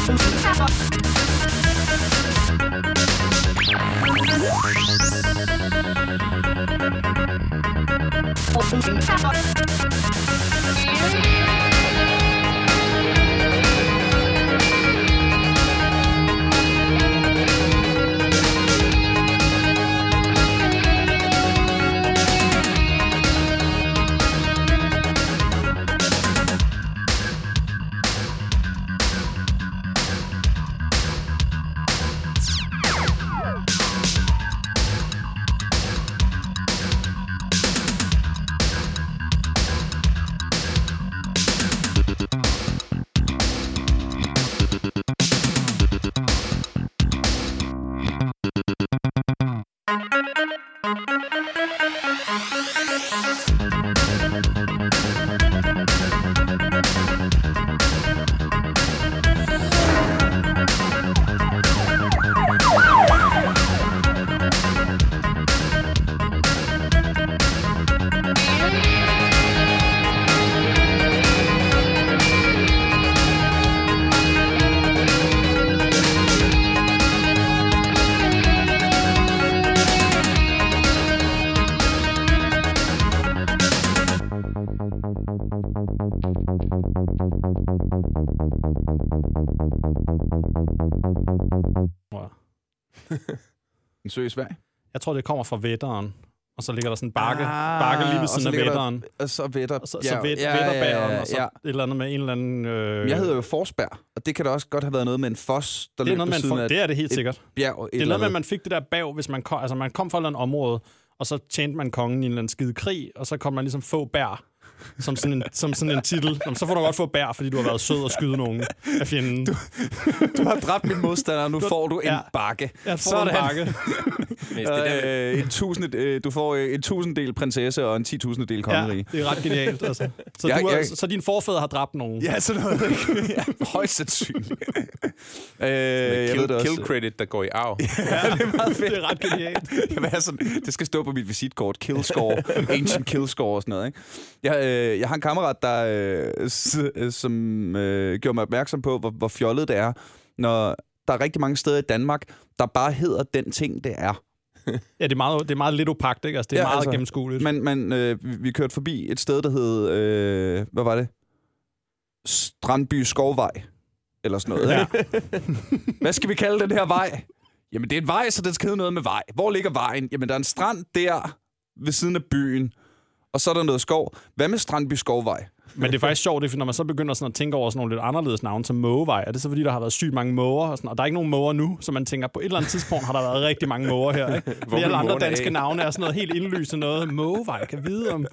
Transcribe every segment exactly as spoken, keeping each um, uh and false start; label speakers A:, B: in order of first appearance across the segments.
A: En sø i Sverige?
B: Jeg tror, det kommer fra Vætteren. Og så ligger der sådan en bakke, ah, bakke lige ved siden af Vætteren.
A: Og så Vætter.
B: Og så, så Væt, ja, Vætterbæren, ja, ja, og så ja. et eller andet med en eller anden... Øh...
A: Jeg hedder jo Forsberg, og det kan da også godt have været noget med en fos, der løb på siden af...
B: Det er det helt
A: et
B: sikkert.
A: Bjerg,
B: det er noget med, at man fik det der bav, hvis man kom, altså man kom fra et eller andet område, og så tjente man kongen i en eller anden skide krig, og så kom man ligesom få bær. Som sådan en, som sådan en titel. Jamen, så får du godt få bær, fordi du har været sød og skyde nogen af fjenden.
A: Du, du har dræbt min modstander, nu du, får du en ja, bakke.
B: Ja, får en bakke.
A: øh, en tusinde, øh, du får en tusinddel prinsesse og en ti tusindedel kongerige.
B: Ja, det er ret genialt. Altså. Så,
A: ja,
B: du har,
A: jeg,
B: så din forfædre har dræbt nogen?
A: Ja, sådan noget. Ja, højst sandsynligt. øh,
C: jeg kill, ved det kill credit, der går i arv.
A: Ja, det er meget fedt.
B: Det er ret genialt.
A: Jamen, sådan, det skal stå på mit visitkort. Kill score. Ancient kill score og sådan noget. Ikke? Jeg, øh, jeg har en kammerat, der, øh, s, som øh, gjorde mig opmærksom på, hvor, hvor fjollet det er, når der er rigtig mange steder i Danmark, der bare hedder den ting, det er.
B: Ja, det er meget, det er meget lidt opakt, ikke? Altså, det er ja, meget altså, gennemskueligt.
A: Men, men øh, vi, vi kørte forbi et sted, der hed, øh, hvad var det? Strandby Skovvej, eller sådan noget. Ja. Hvad skal vi kalde den her vej? Jamen, det er en vej, så den skal hedde noget med vej. Hvor ligger vejen? Jamen, der er en strand der ved siden af byen, og så er der noget skov. Hvad med Strandby Skovvej?
B: Men det er faktisk sjovt, det, når man så begynder sådan at tænke over sådan nogle lidt anderledes navne som Mågevej. Er det så fordi, der har været sygt mange måger? Og, sådan, og der er ikke nogen måger nu, så man tænker, på et eller andet tidspunkt har der været rigtig mange måger her. Ikke? Fordi alle andre danske navne er sådan noget helt indlysende noget. Mågevej, kan vide om...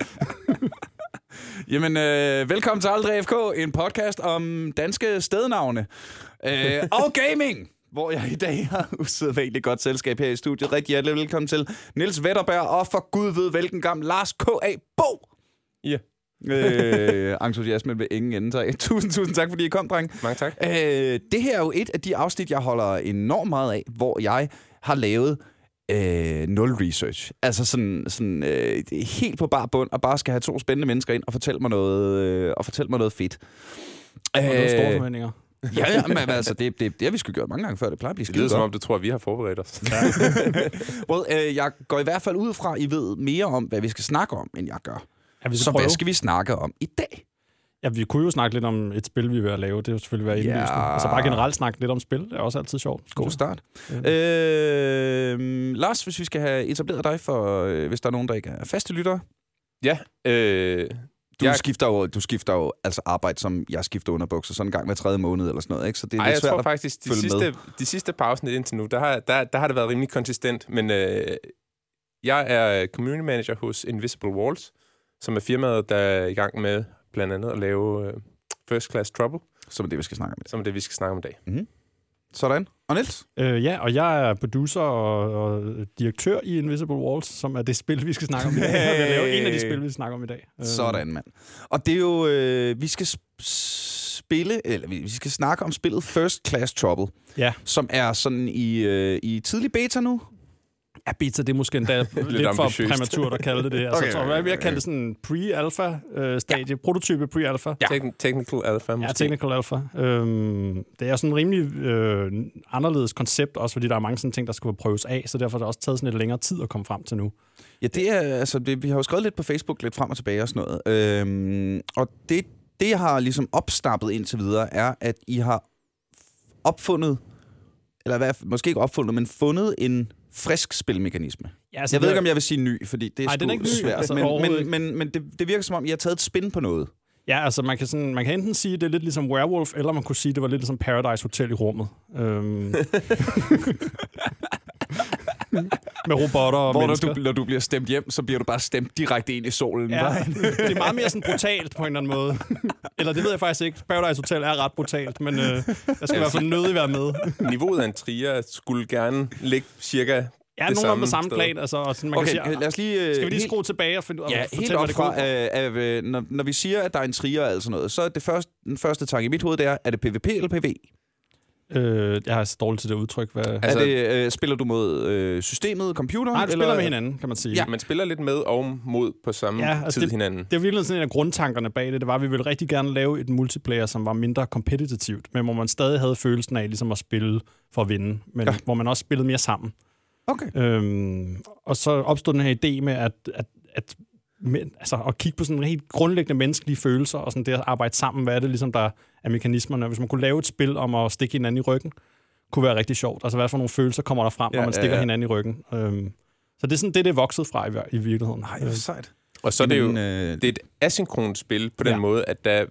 A: Jamen, øh, velkommen til Aldrig F K, en podcast om danske stednavne. Øh, og gaming! Hvor jeg i dag har usædvanligt godt selskab her i studiet. Rigtig hjertelig velkommen til Niels Wetterberg, og for Gud ved hvilken gammel Lars K A. Bo.
C: Ja.
A: øh, entusiasme ved ingen ende. Så tusind, tusind tak, fordi I kom, dreng.
C: Mange tak.
A: Øh, det her er jo et af de afsnit, jeg holder enormt meget af, hvor jeg har lavet øh, nul research. Altså sådan, sådan øh, helt på bar bund, og bare skal have to spændende mennesker ind og fortælle mig noget, øh, og fortælle mig noget fedt.
B: Og øh, noget store forventninger.
A: Ja, ja, men altså, det, det, det har vi sgu gjort mange gange før. Det plejer at blive skidt.
C: Det lyder som om, du tror, at vi har forberedt os.
A: Ja. well, øh, jeg går i hvert fald ud fra, at I ved mere om, hvad vi skal snakke om, end jeg gør.
B: Ja, vi
A: så
B: prøve.
A: Hvad skal vi snakke om i dag?
B: Ja, vi kunne jo snakke lidt om et spil, vi er ved at lave. Det er jo selvfølgelig være indlysende. Ja. Altså bare generelt snakke lidt om spil. Det er også altid sjovt.
A: God start. Ja. Øh, Lars, hvis vi skal have etableret dig, for øh, hvis der er nogen, der ikke er faste lyttere.
C: Ja, øh...
A: Du,
C: jeg...
A: skifter jo, du skifter jo altså arbejde, som jeg skifter underbukser, sådan en gang hver tredje måned eller sådan noget, ikke? Så det er
C: Ej,
A: lidt
C: jeg
A: svært
C: tror faktisk, de sidste, de sidste par afsnit indtil nu, der har, der, der har det været rimelig konsistent, men øh, jeg er community manager hos Invisible Walls, som er firmaet, der er i gang med blandt andet at lave øh, First Class Trouble.
A: Som er det, vi skal snakke om i dag.
C: Som er det, vi skal snakke om i dag.
A: Mm-hmm. Sådan. Og Niels?
B: Øh, ja, og jeg er producer og, og direktør i Invisible Walls, som er det spil, vi skal snakke om i dag. Jeg vil lave en af de spil, vi skal snakke om i dag.
A: Sådan, mand. Og det er jo... Øh, vi skal spille... Eller vi skal snakke om spillet First Class Trouble.
B: Ja.
A: Som er sådan i, øh, i tidlig beta nu.
B: Ja, beta, det er måske endda lidt, lidt for præmaturt at kalde det det. Altså, okay, jeg tror, jeg vil kalde det sådan en pre-alpha-stadie, ja. Prototype pre-alpha.
C: Ja. Te- technical alpha, måske.
B: Ja, technical alpha. Øhm, det er sådan en rimelig øh, anderledes koncept, også fordi der er mange sådan ting, der skal prøves af, så derfor har det også taget sådan lidt længere tid at komme frem til nu.
A: Ja, det er, altså, det, vi har jo skrevet lidt på Facebook, lidt frem og tilbage og sådan noget. Øhm, og det, det, jeg har ligesom opsnappet indtil videre, er, at I har opfundet, eller hvad, måske ikke opfundet, men fundet en frisk spilmekanisme. Ja, altså jeg ved ikke, om jeg vil sige ny, fordi det er Ej, sgu er ikke svært. Altså, men men, men, men det, det virker som om, I har taget et spin på noget.
B: Ja, altså man kan, sådan, man kan enten sige, at det er lidt ligesom Werewolf, eller man kunne sige, at det var lidt ligesom Paradise Hotel i rummet. Øhm. Med robotter og
A: Hvor
B: mennesker.
A: Du, når du bliver stemt hjem, så bliver du bare stemt direkte ind i solen.
B: Ja, det er meget mere sådan brutalt på en eller anden måde. Eller det ved jeg faktisk ikke. Paradise Hotel er ret brutalt, men øh, jeg skal i hvert fald nødig være med.
C: Niveauet af en trier skulle gerne ligge cirka
B: ja, det samme på samme plan. Altså, og sådan, man
A: okay,
B: kan sige,
A: lad os lige...
B: Skal vi lige skrue tilbage og finde ud af,
A: ja, helt op fra, øh, øh, når, når vi siger, at der er en trier og alt sådan noget, så er det første, den første tanke i mit hoved, det er, er det PvP eller PvE?
B: Øh, jeg har så dårligt til det udtryk. Hvad...
A: Altså, er det, øh, spiller du mod øh, systemet, computeren?
B: Nej, du
A: eller?
B: spiller med hinanden, kan man sige.
C: Ja, man spiller lidt med og mod på samme ja, altså tid
B: det,
C: hinanden.
B: Det er virkelig sådan en af grundtankerne bag det. Det var, at vi ville rigtig gerne lave et multiplayer, som var mindre kompetitivt, men hvor man stadig havde følelsen af ligesom at spille for at vinde, men ja. Hvor man også spillede mere sammen.
A: Okay.
B: Øhm, og så opstod den her idé med, at, at, at Men, altså at kigge på sådan en helt grundlæggende menneskelige følelser, og sådan det at arbejde sammen, hvad er det ligesom, der er mekanismerne. Hvis man kunne lave et spil om at stikke hinanden i ryggen, kunne være rigtig sjovt. Altså hvad for nogle følelser kommer der frem, ja, når man stikker ja, ja. hinanden i ryggen. Øhm, så det er sådan det, det er vokset fra i, i virkeligheden.
A: Nej, det er sejt.
C: Og så er det jo det er et asynkront spil på den ja. måde, at der er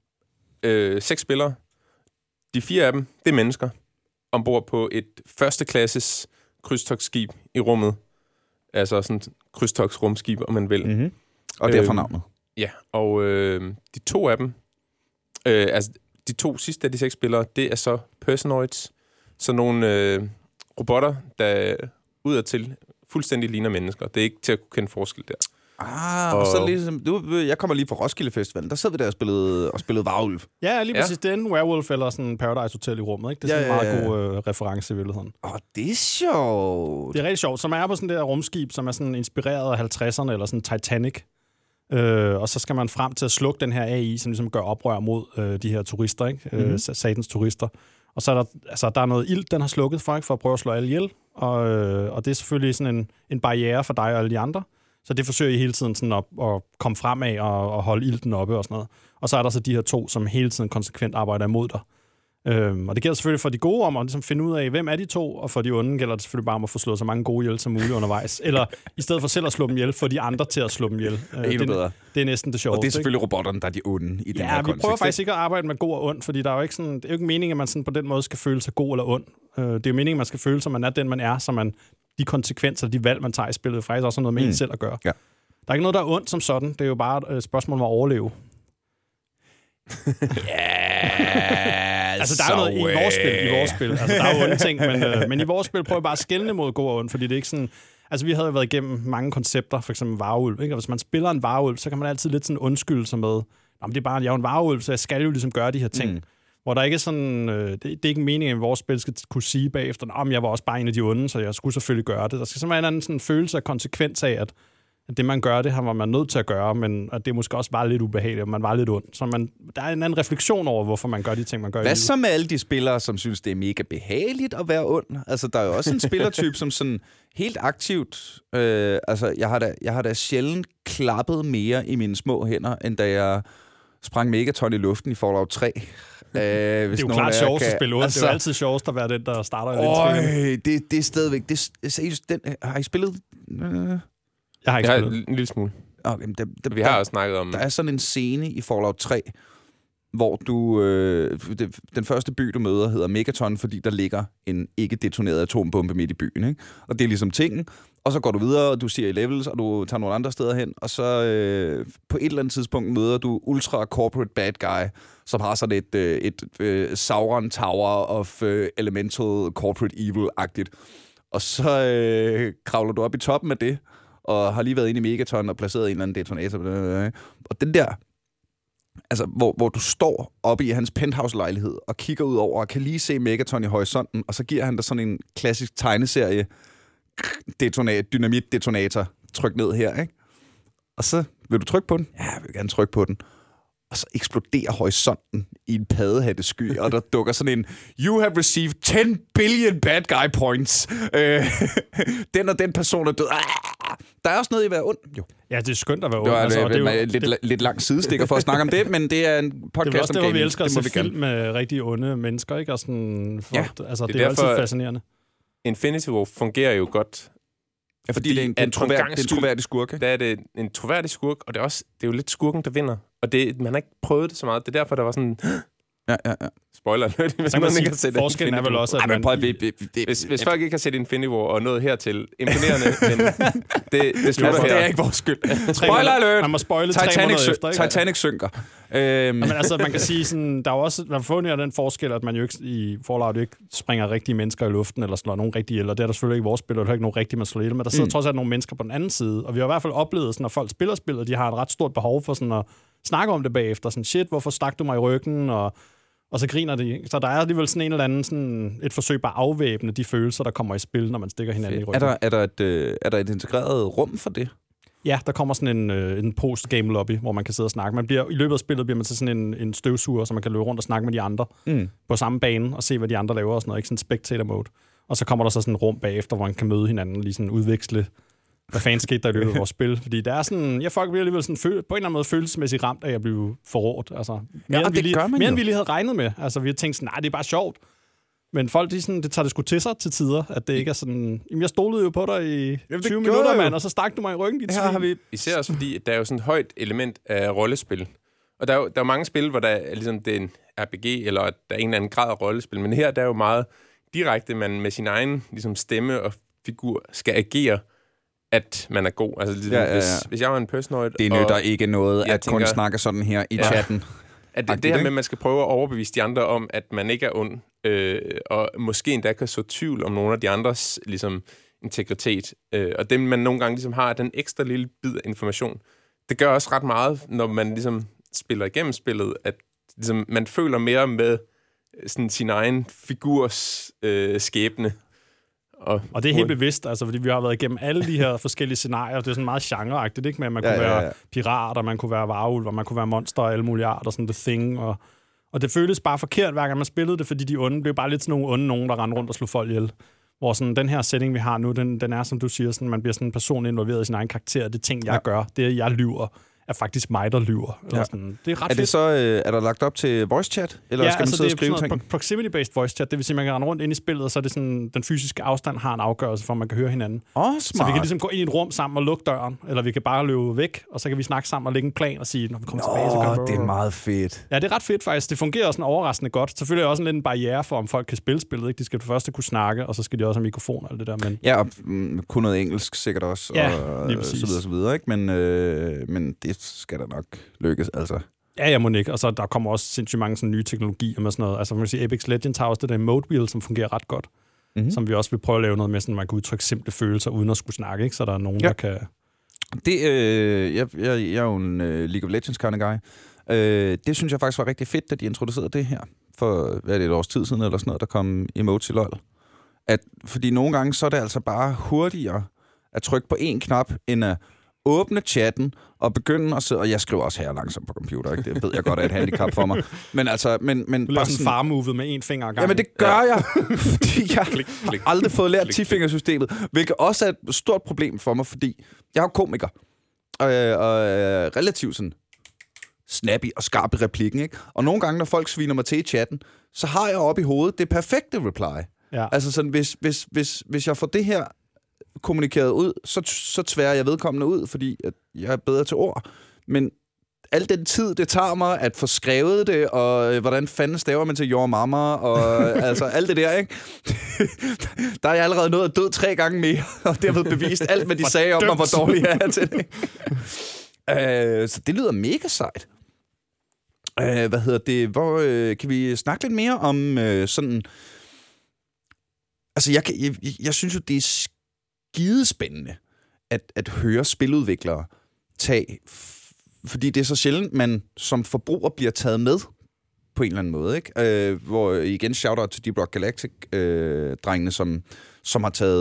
C: øh, seks spillere. De fire af dem, det er mennesker, ombord på et førsteklasses krydstogtskib i rummet. Altså sådan et krydstogsrumskib, om man vil.
A: Mm-hmm. Og derfor navnet.
C: Ja, og øh, de to af dem, øh, altså de to sidste af de seks spillere, det er så personoids, så nogle øh, robotter, der udadtil fuldstændig ligner mennesker. Det er ikke til at kunne kende forskel der.
A: Ah, og, og så ligesom, du, jeg kommer lige fra Roskilde Festivalen, der sad vi der og spillede, og spillede Varulv.
B: Ja, lige præcis. Ja. Det er en Werewolf eller sådan Paradise Hotel i rummet, ikke? Det er sådan ja, ja, ja. en meget god øh, reference i virkeligheden.
A: Åh, oh, det er sjovt.
B: Det er rigtig sjovt. Som er på sådan der rumskib, som er sådan inspireret af halvtredserne, eller sådan Titanic. Øh, og så skal man frem til at slukke den her A I, som ligesom gør oprør mod øh, de her turister, ikke? Mm-hmm. Øh, satans turister. Og så er der, altså, der er noget ild, den har slukket for, ikke? For at prøve at slå alle ihjel. Og, øh, og det er selvfølgelig sådan en, en barriere for dig og alle de andre. Så det forsøger I hele tiden sådan at, at komme frem af og, og holde ilten oppe og sådan noget. Og så er der så de her to, som hele tiden konsekvent arbejder imod dig. Øhm, og det gælder selvfølgelig for de gode om at ligesom finde ud af, hvem er de to, og for de onde gælder det selvfølgelig bare om at få slået så mange gode ihjel som muligt undervejs. Eller i stedet for selv at slå dem ihjel, få de andre til at slå dem ihjel. Øh,
A: Endnu bedre.
B: Det er næsten det sjoveste.
A: Og det er selvfølgelig ikke? robotterne, der er de onde i den
B: ja,
A: her kontekst.
B: Ja, vi prøver faktisk ikke at arbejde med god og ond, fordi der er jo ikke sådan, det er jo ikke meningen, at man sådan på den måde skal føle sig god eller ond. Øh, det er jo meningen, at man skal føle sig, at man er den, man er, så man de konsekvenser, de valg, man tager i spillet, faktisk også har noget med mm. en selv at gøre. Ja. Der er ikke noget, der er ondt som sådan. Det er jo bare et spørgsmål om at overleve.
A: Ja,
B: altså, der er noget i vores spil. I vores spil. Altså, der er jo onde ting, men, øh, men i vores spil prøver vi bare at skelne mod god og ond, fordi det er ikke sådan... Altså, vi havde jo været igennem mange koncepter, for eksempel varulv, ikke? Og hvis man spiller en varulv, så kan man altid lidt sådan undskylde sig med, jamen, det er bare, jeg er jo en varulv, så jeg skal jo ligesom gøre de her ting. Mm. Hvor der ikke er sådan... Øh, det, det er ikke meningen, at vores spil skal kunne sige bagefter, om jeg var også bare en af de onde, så jeg skulle selvfølgelig gøre det. Der skal simpelthen være en sådan følelse af konsekvens af, at at det, man gør, det har var man nødt til at gøre, men at det måske også var lidt ubehageligt, og man var lidt ond. Så man, der er en anden refleksion over, hvorfor man gør de ting, man gør.
A: Hvad så med alle de spillere, som synes, det er mega behageligt at være ond? Altså, der er jo også en spillertype, som sådan helt aktivt... Øh, altså, jeg har, da, jeg har da sjældent klappet mere i mine små hænder, end da jeg sprang Megaton i luften i Fallout tre. Øh,
B: det er jo klart sjovest at spille ud. Altså, det er jo altid sjovst at være den, der starter.
A: Øj, det, det er stadigvæk... Det, seriøst, den, har I spillet... Øh,
B: Jeg har ikke
C: jeg
B: spillet.
C: har en lille smule.
A: Okay, der, der,
C: vi har også snakket om...
A: Der er sådan en scene i Fallout tre, hvor du... Øh, det, den første by, du møder, hedder Megaton, fordi der ligger en ikke-detoneret atombombe midt i byen. Ikke? Og det er ligesom tingen. Og så går du videre, og du siger i levels, og du tager nogle andre steder hen. Og så øh, på et eller andet tidspunkt møder du ultra-corporate bad guy, som har sådan et, øh, et øh, Sauron Tower of øh, Elemental Corporate Evil-agtigt. Og så øh, kravler du op i toppen af det, og har lige været inde i Megaton og placeret en eller anden detonator. Og den der, altså, hvor, hvor du står oppe i hans penthouse-lejlighed og kigger ud over og kan lige se Megaton i horisonten, og så giver han dig sådan en klassisk tegneserie detonat, dynamitdetonator, tryk ned her, ikke? Og så vil du trykke på den? Ja, jeg vil gerne trykke på den. Og så eksploderer horisonten i en paddehattesky, og der dukker sådan en, you have received ten billion bad guy points. Øh, den og den person er død. Ah, der er også noget i at være ond, jo.
B: Ja, det er skønt at være ond.
A: Det var
B: altså,
A: det,
B: det er jo,
A: lidt,
B: det,
A: lidt lang sidestikker for at snakke om det, men det er en podcast
B: det er også
A: om
B: det,
A: gaming.
B: vi elsker at
A: Det må
B: se
A: vi
B: film med rigtig onde mennesker, ikke? Og sådan, for,
A: Ja,
B: altså, det,
C: det
B: er
C: er
B: jo altid
C: derfor-
B: fascinerende.
C: Infinity War fungerer jo godt.
A: Ja, fordi det er en,
C: at
A: en,
C: for en
A: troværdig,
C: gangs
A: det er en
C: skyld-
A: troværdig skurk, ikke?
C: Der er det en troværdig skurk, og det er også det er jo lidt skurken, der vinder. Og det, man har ikke prøvet det så meget. Det er derfor, der var sådan...
A: Ja, ja, ja.
C: Spoiler alert, hvis
B: Så kan man
C: nogen
B: sige,
C: ikke har set
B: forskellen er
C: Infinity
B: vel
C: War.
B: også,
A: Ej,
B: at
A: men
B: man...
A: prøv at... Vi, vi, vi,
C: Hvis, hvis folk ikke har set Infinity War og nået hertil, imponerende, men det, det slutter
A: altså,
C: her.
A: det er ikke vores skyld.
B: Tre
A: Spoiler
B: måneder-
A: alert!
B: Man må spoile tre
A: Titanic,
B: måneder
A: sø-
B: efter, ikke?
A: Titanic synker. Øhm,
B: Men altså, man kan sige sådan, der er jo også, man får jo den forskel, at man jo ikke i Fallout ikke springer rigtige mennesker i luften, eller slår nogen rigtige ihjel, og det er der selvfølgelig ikke i vores spil, og der er ikke nogen rigtige, man slår ihjel, men der sidder mm. trods alt nogle mennesker på den anden side, og vi har i hvert fald oplevet, sådan, når folk spiller spillet, de har et ret stort behov for sådan at snakke om det bagefter, sådan, shit, hvorfor stak du mig i ryggen, og, og så griner de. Så der er alligevel sådan en eller anden, sådan et forsøg på at afvæbne de følelser, der kommer i spil, når man stikker hinanden i
A: er,
B: ryggen.
A: der, er, der et, øh, er der et integreret rum for det?
B: Ja, der kommer sådan en, øh, en post-game lobby, hvor man kan sidde og snakke. Man bliver, I løbet af spillet bliver man til sådan en, en støvsuger, så man kan løbe rundt og snakke med de andre
A: Mm.
B: på samme bane og se, hvad de andre laver og sådan noget. Ikke sådan spectator mode. Og så kommer der så sådan en rum bagefter, hvor man kan møde hinanden, lige sådan udveksle, hvad fanden skete der i løbet af vores spil. Fordi der er sådan, ja, folk bliver alligevel sådan, føl- på en eller anden måde følelsesmæssigt ramt af at blive forrådt. Altså, mere,
A: og
B: end, vi
A: det
B: lige,
A: gør man
B: mere
A: jo.
B: end vi lige havde regnet med. Altså, vi har tænkt sådan, nej, det er bare sjovt. Men folk, de sådan, det tager det sgu til sig til tider, at det ikke er sådan, jamen, jeg stolede jo på dig i
A: det
B: tyve
A: gør
B: minutter,
A: jo.
B: mand, og så stak du mig i ryggen, dit
A: Her
B: svin.
A: har vi...
C: Især også fordi, at der er jo sådan et højt element af rollespil. Og der er jo, der er jo mange spil, hvor der er, ligesom, det er en R P G, eller der er en eller anden grad af rollespil. Men her der er jo meget direkte, man med sin egen ligesom, stemme og figur skal agere, at man er god. Altså, ligesom,
A: Ja, ja, ja.
C: Hvis, hvis jeg var en personoid...
A: Det nytter ikke noget,
C: jeg
A: at kun
C: tænker-
A: snakke sådan her i
C: Ja.
A: chatten.
C: At det, det her med, at man skal prøve at overbevise de andre om, at man ikke er ond, øh, og måske endda kan så tvivl om nogle af de andres ligesom, integritet. Øh, og det, man nogle gange ligesom har, den ekstra lille bid af information, det gør også ret meget, når man ligesom spiller igennem spillet, at ligesom, man føler mere med sådan, sin egen figurs øh, skæbne. Og,
B: Og det er helt bevidst, altså, fordi vi har været igennem alle de her forskellige scenarier. Det er sådan meget genreagtigt, ikke? Med, at man
A: Ja,
B: kunne
A: ja, ja.
B: være pirat, og man kunne være varulv, og man kunne være monster og alle mulige arter, sådan The Thing. Og, og det føltes bare forkert, hver gang man spillede det, fordi de onde blev bare lidt sådan nogle onde nogen, der rendte rundt og slog folk ihjel. Hvor sådan, den her setting, vi har nu, den, den er, som du siger, sådan, man bliver sådan en person involveret i sin egen karakter. Det ting, jeg ja. gør, det jeg lyver, er faktisk mig, der lyver. Eller
A: Ja.
B: sådan. Det er ret
A: Er
B: fedt.
A: det så, øh, er der lagt op til voice chat? Eller skal man sidde og
B: det er
A: skrive
B: sådan
A: ting?
B: noget proximity-based voice chat. Det vil sige, at man kan rende rundt ind i spillet, og så er det sådan, den fysiske afstand har en afgørelse for, at man kan høre hinanden.
A: Åh, oh,
B: Så
A: smart.
B: vi kan ligesom gå ind i et rum sammen og lukke døren, eller vi kan bare løbe væk, og så kan vi snakke sammen og lægge en plan og sige, når vi kommer tilbage, så kan
A: Åh, det er meget fedt.
B: Ja, det er ret fedt faktisk. Det fungerer også sådan overraskende godt. Selvfølgelig er det også en lidt en barriere for, om folk kan spille spillet. Ikke? De skal først kunne snakke, og så skal de også have mikrofon og alt det der. Men
A: Ja, og mm, kun noget engelsk sikkert også,
B: Ja,
A: og
B: lige
A: øh,
B: præcis.
A: så videre, så videre, ikke? Men, øh, men det skal da nok lykkes, altså.
B: ja, jeg må ikke. Og så der kommer også sindssygt mange sådan nye teknologier med sådan noget. Altså man kan sige, Apex Legends har også det der emote wheel, som fungerer ret godt.
A: Mhm.
B: Mm-hmm. Som vi også vil prøve at lave noget med, sådan man kan udtrykke simple følelser, uden at skulle snakke. Ikke? Så der er nogen,
A: Ja.
B: der kan...
A: Det, øh, jeg, jeg, jeg er jo en øh, League of Legends kind of guy. Øh, det synes jeg faktisk var rigtig fedt, da de introducerede det her. For, hvad er det, et års tid siden eller sådan noget, der kom emotes i LoL. At, fordi nogle gange, så er det altså bare hurtigere at trykke på én knap, end at åbne chatten og begynde at sidde... Og jeg skriver også her langsomt på computer, ikke? Det ved jeg godt er et handicap for mig. Men altså... Men, men
B: Du laver sådan en farmovet med en finger ad gangen.
A: Jamen, det gør ja. jeg, fordi jeg
C: Klik, klik.
A: har aldrig fået lært
C: Klik.
A: tifingersystemet, hvilket også er et stort problem for mig, fordi jeg er jo komiker, og, øh, og øh, relativt sådan snappy og skarp i replikken, ikke? Og nogle gange, når folk sviner mig til i chatten, så har jeg oppe i hovedet det perfekte reply.
B: Ja.
A: Altså sådan, hvis, hvis, hvis, hvis jeg får det her kommunikeret ud, så, så tværer jeg vedkommende ud, fordi at jeg er bedre til ord. Men al den tid, det tager mig at få skrevet det, og øh, hvordan fanden staver man til your mama, og altså alt det der, ikke? Der er jeg allerede nået at død tre gange mere, og derved bevist alt, hvad de sagde om mig, hvor dårlig jeg er til det. øh, så det lyder mega sejt. Øh, hvad hedder det? Hvor, øh, kan vi snakke lidt mere om øh, sådan... Altså, jeg, kan, jeg, jeg synes jo, det er skidespændende at, at høre spiludviklere tage... Fordi det er så sjældent, man som forbruger bliver taget med på en eller anden måde, ikke? Øh, hvor igen, shout-out til Deep Rock Galactic-drengene, øh, som, som har taget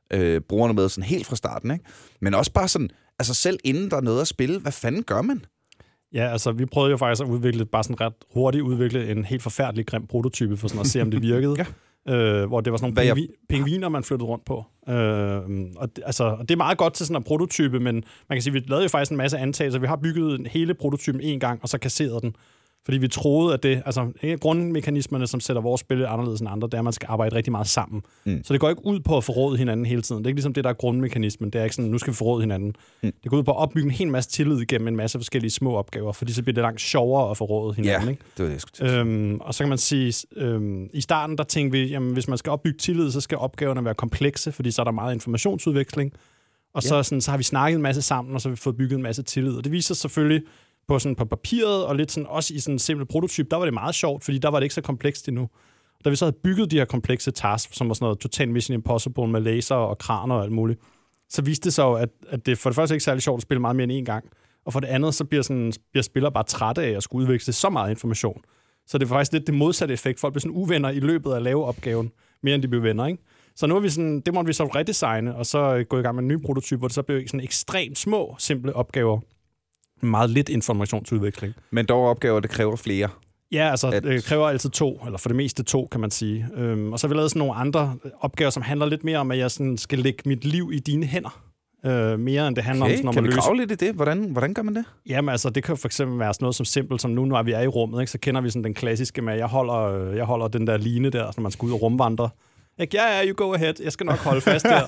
A: øh, brugerne med sådan helt fra starten, ikke? Men også bare sådan, altså selv inden der er noget at spille, hvad fanden gør man?
B: Ja, altså vi prøvede jo faktisk at udvikle, bare sådan ret hurtigt udvikle en helt forfærdelig grim prototype, for sådan at se, om det virkede. ja. øh, hvor det var sådan nogle pingvi- pingviner, man flyttede rundt på. Øh, og, det, altså, og det er meget godt til sådan en prototype, men man kan sige, at vi lavede jo faktisk en masse antagelser. Vi har bygget hele prototypen en gang, og så kasseret den. Fordi vi troede, at det, altså grundmekanismerne, som sætter vores spil anderledes end andre, det er, at man skal arbejde rigtig meget sammen. Mm. Så det går ikke ud på at forråde hinanden hele tiden. Det er ikke ligesom det, der er grundmekanismen. Det er ikke sådan, nu skal vi forråde hinanden. Mm. Det går ud på at opbygge en hel masse tillid igennem en masse forskellige små opgaver, fordi så bliver det langt sjovere at forråde hinanden.
A: Ja,
B: ikke?
A: det var det, jeg skulle til.
B: Øhm, og så kan man sige, øhm, i starten, der tænkte vi, jamen hvis man skal opbygge tillid, så skal opgaverne være komplekse, fordi så er der meget informationsudveksling. Og så, ja. sådan, så har vi snakket en masse sammen, og så har vi fået bygget en masse tillid. Og det viser selvfølgelig, på, sådan, på papiret, og lidt sådan, også i sådan en simpel prototyp, der var det meget sjovt, fordi der var det ikke så komplekst endnu. Da vi så havde bygget de her komplekse tasks, som var sådan noget Total Mission Impossible med laser og kraner og alt muligt, så viste det sig jo, at, at det for det første ikke er særlig sjovt at spille meget mere end én gang, og for det andet, så bliver, sådan, bliver spillere bare trætte af at skulle udveksle så meget information. Så det er faktisk lidt det modsatte effekt. Folk bliver sådan uvenner i løbet af at lave opgaven, mere end de bliver venner, ikke? Så nu er vi sådan, det måtte vi så redesigne, og så gå i gang med en ny prototyp, hvor det så blev sådan ekstremt små, simple opgaver, meget lidt informationsudveksling.
A: Men dog opgaver, det kræver flere.
B: Ja, altså
A: at...
B: det kræver altid to, eller for det meste to, kan man sige. Øhm, og så har vi lavet sådan nogle andre opgaver, som handler lidt mere om, at jeg sådan skal lægge mit liv i dine hænder. Øh, mere end det handler
A: okay,
B: om sådan om
A: kan
B: at løse...
A: vi grave lidt i det? Hvordan, hvordan gør man det?
B: Jamen altså, det kan for eksempel være sådan noget som simpelt, som nu, når vi er i rummet, ikke, så kender vi sådan den klassiske med, at jeg holder, jeg holder den der line der, når man skal ud og rumvandre. Ikke, ja, ja, you go ahead. Jeg skal nok holde fast der.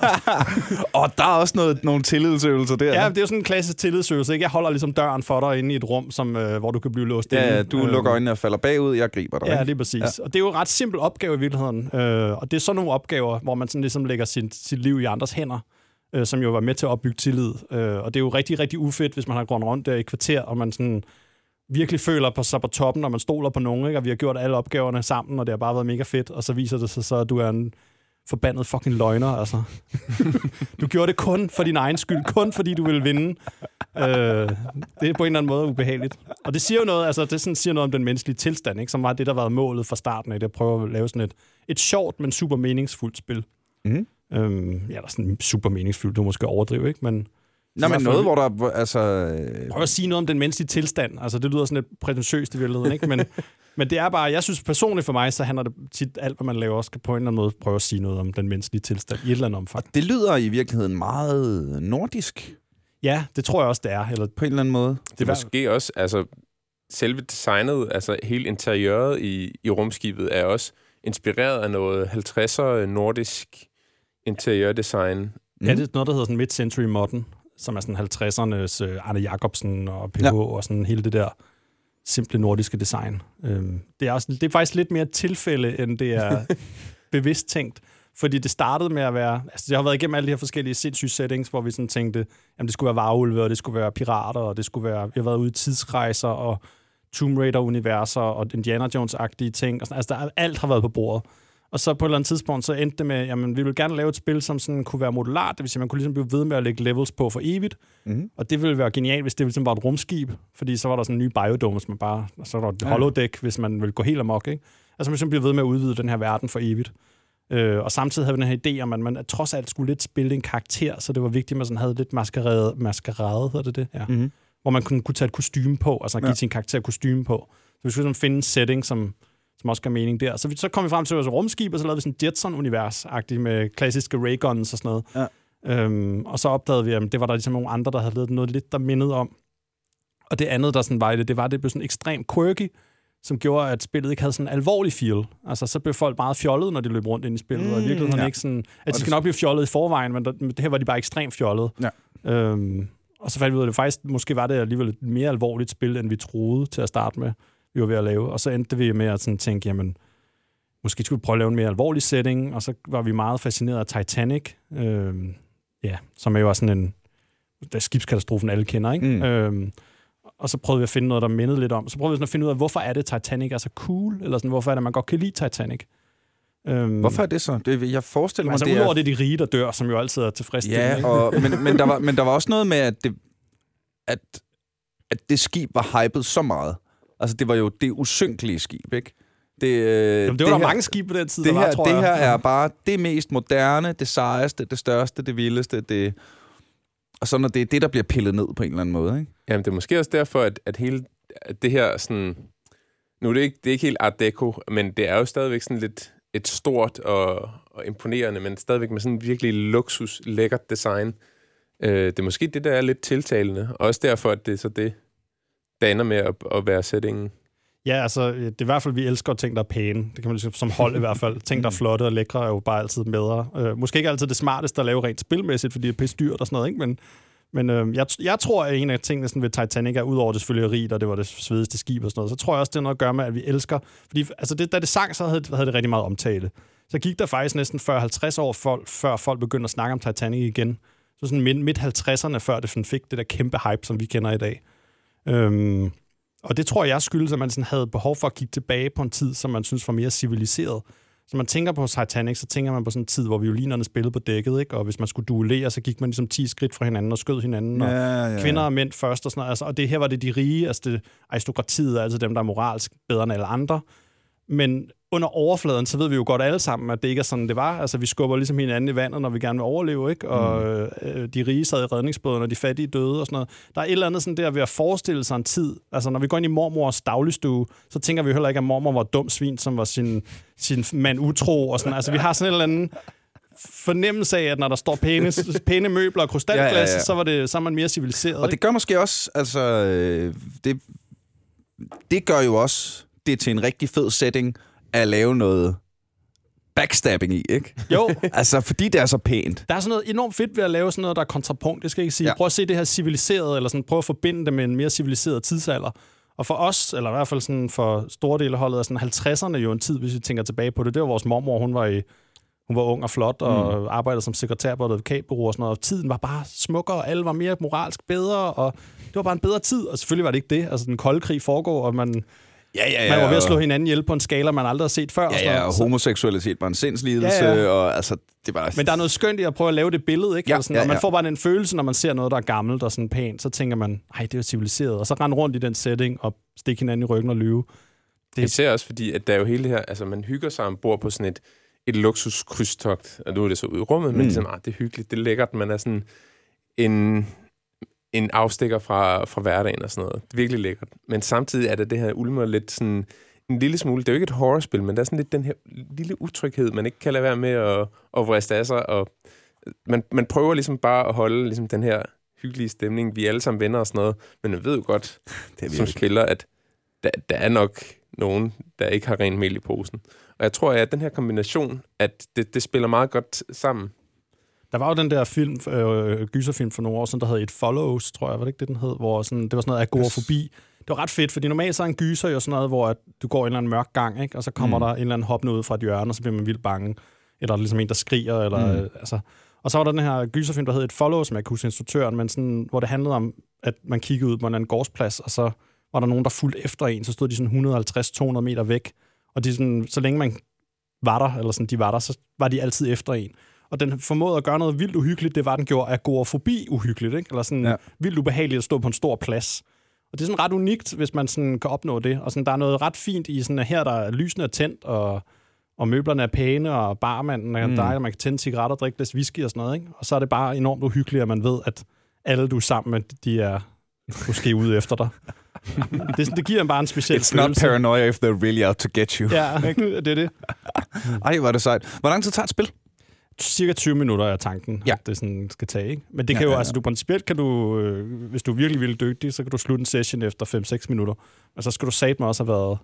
A: Og der er også noget, nogle tillidsøvelser der.
B: Ja, det er jo sådan en klassisk tillidsøvelse. Ikke? Jeg holder ligesom døren for dig inde i et rum, som, øh, hvor du kan blive låst inde.
A: Ja, du øhm. lukker øjnene og falder bagud, jeg griber dig.
B: Ja, det er præcis. Ja. Og det er jo en ret simpel opgave i virkeligheden. Øh, og det er sådan nogle opgaver, hvor man sådan ligesom lægger sin, sit liv i andres hænder, øh, som jo var med til at opbygge tillid. Øh, og det er jo rigtig, rigtig ufedt, hvis man har gået rundt der i kvarter, og man sådan virkelig føler på sig på toppen, når man stoler på nogen, ikke? Og vi har gjort alle opgaverne sammen, og det har bare været mega fedt. Og så viser det sig så, at du er en forbandet fucking løgner, altså. Du gjorde det kun for din egen skyld, kun fordi du ville vinde. Øh, det er på en eller anden måde ubehageligt. Og det siger jo noget, altså det sådan siger noget om den menneskelige tilstand, ikke? Som var det, der var målet fra starten af det, at prøve at lave sådan et, et sjovt, men super meningsfuldt spil. Mm-hmm. Øhm, ja, der er sådan super meningsfuldt, du måske overdrive, ikke? Men
A: Nå, men noget, hvor der, altså...
B: Prøv at sige noget om den menneskelige tilstand. Altså, det lyder sådan lidt prætentiøst i virkeligheden, ikke? Men, men det er bare, jeg synes personligt for mig, så handler det tit, alt hvad man laver, skal på en eller anden måde prøve at sige noget om den menneskelige tilstand i et eller andet omfang.
A: Og det lyder i virkeligheden meget nordisk.
B: Ja, det tror jeg også, det er. Eller
A: på en eller anden måde.
C: Det er måske også, altså, selve designet, altså hele interiøret i, i rumskibet, er også inspireret af noget halvtredser nordisk interiørdesign.
B: Mm. Ja, det er noget, der hedder sådan mid-century modern, som er sådan halvtredsernes uh, Arne Jacobsen og P H ja. Og sådan hele det der simple nordiske design. Um, det, er også, det er faktisk lidt mere tilfælde, end det er bevidst tænkt. Fordi det startede med at være... Altså, jeg har været igennem alle de her forskellige sindssyge settings, hvor vi sådan tænkte, jamen det skulle være varulve, og det skulle være pirater, og det skulle være... Vi har været ude i tidsrejser, og Tomb Raider-universer, og Indiana Jones-agtige ting. Og sådan. Altså, der, alt har været på bordet. Og så på et eller andet tidspunkt, så endte det med, jamen vi vil gerne lave et spil, som sådan kunne være modulart, det vil sige, man kunne ligesom blive ved med at lægge levels på for evigt. Mm-hmm. Og det ville være genialt, hvis det ligesom var et rumskib, fordi så var der sådan en ny biodomes, man bare, så var der et ja. holodeck, hvis man ville gå helt amok, ikke? Altså man ligesom bliver ved med at udvide den her verden for evigt. Øh, og samtidig havde vi den her idé om, at man at trods alt skulle lidt spille en karakter, så det var vigtigt, at man sådan havde lidt maskerade, maskerade hedder det det? Ja. Mm-hmm. Hvor man kunne, kunne tage et kostume på, altså give ja. sin karakter kostume på. Så vi skulle sådan finde en setting, som som også gør mening der. Så, vi, så kom vi frem til et rumskib, og så lavede vi sådan et Jetson-univers-agtigt med klassiske rayguns og sådan noget. Ja. Øhm, og så opdagede vi, at det var der ligesom nogle andre, der havde lavet noget lidt, der mindede om. Og det andet, der sådan var i det, det var, at det blev sådan ekstremt quirky, som gjorde, at spillet ikke havde sådan en alvorlig feel. Altså, så blev folk meget fjollet, når de løb rundt ind i spillet, mm, og i virkeligheden ja. ikke sådan... At de skal nok blive fjollet i forvejen, men der, det her var de bare ekstremt fjollet. Ja. Øhm, og så fandt vi ud af, at det faktisk måske var det alligevel et mere alvorligt spil, end vi troede til at starte med. Vi var ved at lave, og så endte vi med at sådan tænke, jamen, måske skulle vi prøve at lave en mere alvorlig setting, og så var vi meget fascineret af Titanic, øhm, ja, som er jo også sådan en, der skibskatastrofen alle kender, ikke? Mm. Øhm, og så prøvede vi at finde noget, der mindede lidt om. Så prøvede vi sådan at finde ud af, hvorfor er det Titanic er så cool, eller sådan, hvorfor er det, man godt kan lide Titanic. Øhm,
A: hvorfor er det så? Det, jeg forestiller mig,
B: altså,
A: det
B: udover
A: er...
B: det er de rige, der dør, som jo altid er tilfredsstillende.
A: Ja, og, men, men, der var, men der var også noget med, at det, at, at det skib var hypet så meget. Altså, det var jo det usynkelige skib, ikke? Det, øh,
B: Jamen, det var
A: det
B: der
A: her,
B: mange skibe på den tid,
A: det
B: der
A: her,
B: var, tror
A: det
B: jeg.
A: her er bare det mest moderne, det sejeste, det største, det vildeste. Det, og så når det er det, der bliver pillet ned på en eller anden måde. Ikke?
C: Jamen, det er måske også derfor, at, at hele at det her sådan... Nu er det ikke, det er ikke helt art deco, men det er jo stadigvæk sådan lidt et stort og, og imponerende, men stadigvæk med sådan virkelig luksus, lækkert design. Øh, det er måske det, der er lidt tiltalende. Og også derfor, at det er så det, der ender med at, at være settingen.
B: Ja, altså, det er i hvert fald, vi elsker ting, der er pæne. Det kan man ligesom som hold i hvert fald. Ting, der er flotte og lækre, er jo bare altid bedre. Øh, måske ikke altid det smarteste at lave rent spilmæssigt, fordi det er pisse dyrt og sådan noget, ikke? Men, men øh, jeg, jeg tror, at en af tingene sådan ved Titanic er, udover det selvfølgelig rigt, og det var det svedigste skib og sådan noget, så tror jeg også, det er noget at gøre med, at vi elsker... Fordi altså det, da det sang, så havde, havde det rigtig meget omtale. Så gik der faktisk næsten fyrre til halvtreds år, folk, før folk begyndte at snakke om Titanic igen. Så sådan midt, midt halvtredserne, før det fik det der kæmpe hype, som vi kender i dag. Øhm, og det tror jeg skyldes, at man sådan havde behov for at kigge tilbage på en tid, som man synes var mere civiliseret. Så man tænker på Titanic, så tænker man på sådan en tid, hvor violinerne spillede på dækket, ikke? Og hvis man skulle duellere, så gik man ligesom ti skridt fra hinanden og skød hinanden, og
A: ja, ja, ja.
B: kvinder og mænd først og sådan noget. Altså, og det her var det de rige, altså det, aristokratiet er altså dem, der er moralsk bedre end alle andre. Men under overfladen, så ved vi jo godt alle sammen, at det ikke er sådan, det var. Altså, vi skubber ligesom hinanden i vandet, når vi gerne vil overleve, ikke? Og mm. øh, de rige sad i redningsbåden, og de fattige døde og sådan noget. Der er et eller andet sådan der ved at forestille sig en tid. Altså, når vi går ind i mormors dagligstue, så tænker vi heller ikke, at mormor var et dumt svin, som var sin, sin mand utro og sådan. Altså, vi har sådan en eller anden fornemmelse af, at når der står pæne, pæne møbler og krystalglas, ja, ja, ja. så, var det, så er man mere civiliseret.
A: Og det gør måske også, altså, øh, det, det gør jo også det til en rigtig fed setting at lave noget backstabbing i, ikke?
B: Jo.
A: Altså, fordi det er så pænt.
B: Der er sådan noget enormt fedt ved at lave sådan noget, der er kontrapunkt, det skal jeg ikke sige. Ja. Prøv at se det her civiliseret, eller sådan, prøv at forbinde det med en mere civiliseret tidsalder. Og for os, eller i hvert fald sådan for store dele af holdet, er sådan halvtredserne jo en tid, hvis vi tænker tilbage på det. Det var vores mormor, hun var i hun var ung og flot, og mm. arbejdede som sekretær på et advokatbureau og sådan noget. Og tiden var bare smukkere, og alle var mere moralsk bedre, og det var bare en bedre tid. Og selvfølgelig var det ikke det. Altså, den kolde krig foregår, og man...
A: Ja, ja, ja.
B: Man var ved at slå hinanden ihjel på en skala, man aldrig har set før.
A: Ja,
B: og sådan
A: ja,
B: noget.
A: og homoseksualitet var en sindslidelse,
B: ja, ja.
A: og altså, det var...
B: Men der er noget skønt i at prøve at lave det billede, ikke?
A: Ja,
B: sådan,
A: ja, ja.
B: Og man får bare den følelse, når man ser noget, der er gammelt og sådan pænt, så tænker man, nej, det er jo civiliseret. Og så rende rundt i den setting og stikke hinanden i ryggen og lyve.
C: Det er især også fordi, at der er jo hele det her, altså man hygger sig ombord på sådan et, et luksuskrydstogt, og nu er det så ude i rummet, mm. men sådan, ah, det er hyggeligt, det er lækkert, man er sådan en... en afstikker fra, fra hverdagen og sådan noget. Det er virkelig lækkert. Men samtidig er det det her ulmer lidt sådan en lille smule. Det er jo ikke et horrorspil, men der er sådan lidt den her lille utryghed, man ikke kan lade være med at, at vriste af sig. Og man, man prøver ligesom bare at holde ligesom den her hyggelige stemning. Vi er alle sammen venner og sådan noget. Men man ved jo godt, det som spiller, at der, der er nok nogen, der ikke har rent mel i posen. Og jeg tror, at den her kombination, at det, det spiller meget godt sammen.
B: Der var jo den der film, øh, gyserfilm for nogle år siden, der hed It Follows, tror jeg, var det ikke det, den hed? Hvor sådan, det var sådan noget agorafobi. Det var ret fedt, fordi normalt så er en gyser jo sådan noget, hvor at du går en eller anden mørk gang, ikke? Og så kommer mm. der en eller anden hoppende ud fra et hjørne, og så bliver man vildt bange. Eller ligesom en, der skriger. Eller, mm. øh, altså. Og så var der den her gyserfilm, der hed It Follows, som jeg kunne huske instruktøren, men sådan, hvor det handlede om, at man kiggede ud på en anden gårdsplads, og så var der nogen, der fulgte efter en, så stod de sådan et hundrede og halvtreds til to hundrede meter væk. Og de sådan, så længe man var der, eller sådan, de var der, så var de altid efter en. Og den formåede at gøre noget vildt uhyggeligt, det var, den gjorde agorafobi uhyggeligt, ikke? Eller sådan ja. vildt ubehageligt at stå på en stor plads. Og det er sådan ret unikt, hvis man sådan kan opnå det. Og sådan, der er noget ret fint i sådan, at her der er lysene er tændt, og, og møblerne er pæne, og barmanden er mm. dejlig, og man kan tænde cigaretter og drikke lidt whisky og sådan noget, ikke? Og så er det bare enormt uhyggeligt, at man ved, at alle du er sammen med, de er måske ude efter dig. Det, det giver bare en speciel
A: It's
B: følelse.
A: not paranoia if they're really out to get you.
B: Ja, det er det.
A: Ej, hvor er det sejt. Hvor lang tid tager et spil?
B: Cirka tyve minutter er tanken, ja. at det sådan skal tage, ikke? Men det kan ja, jo, ja, ja. altså du principielt kan du, øh, hvis du er virkelig, virkelig dygtig, så kan du slutte en session efter fem til seks minutter. Og så skal du satme også have været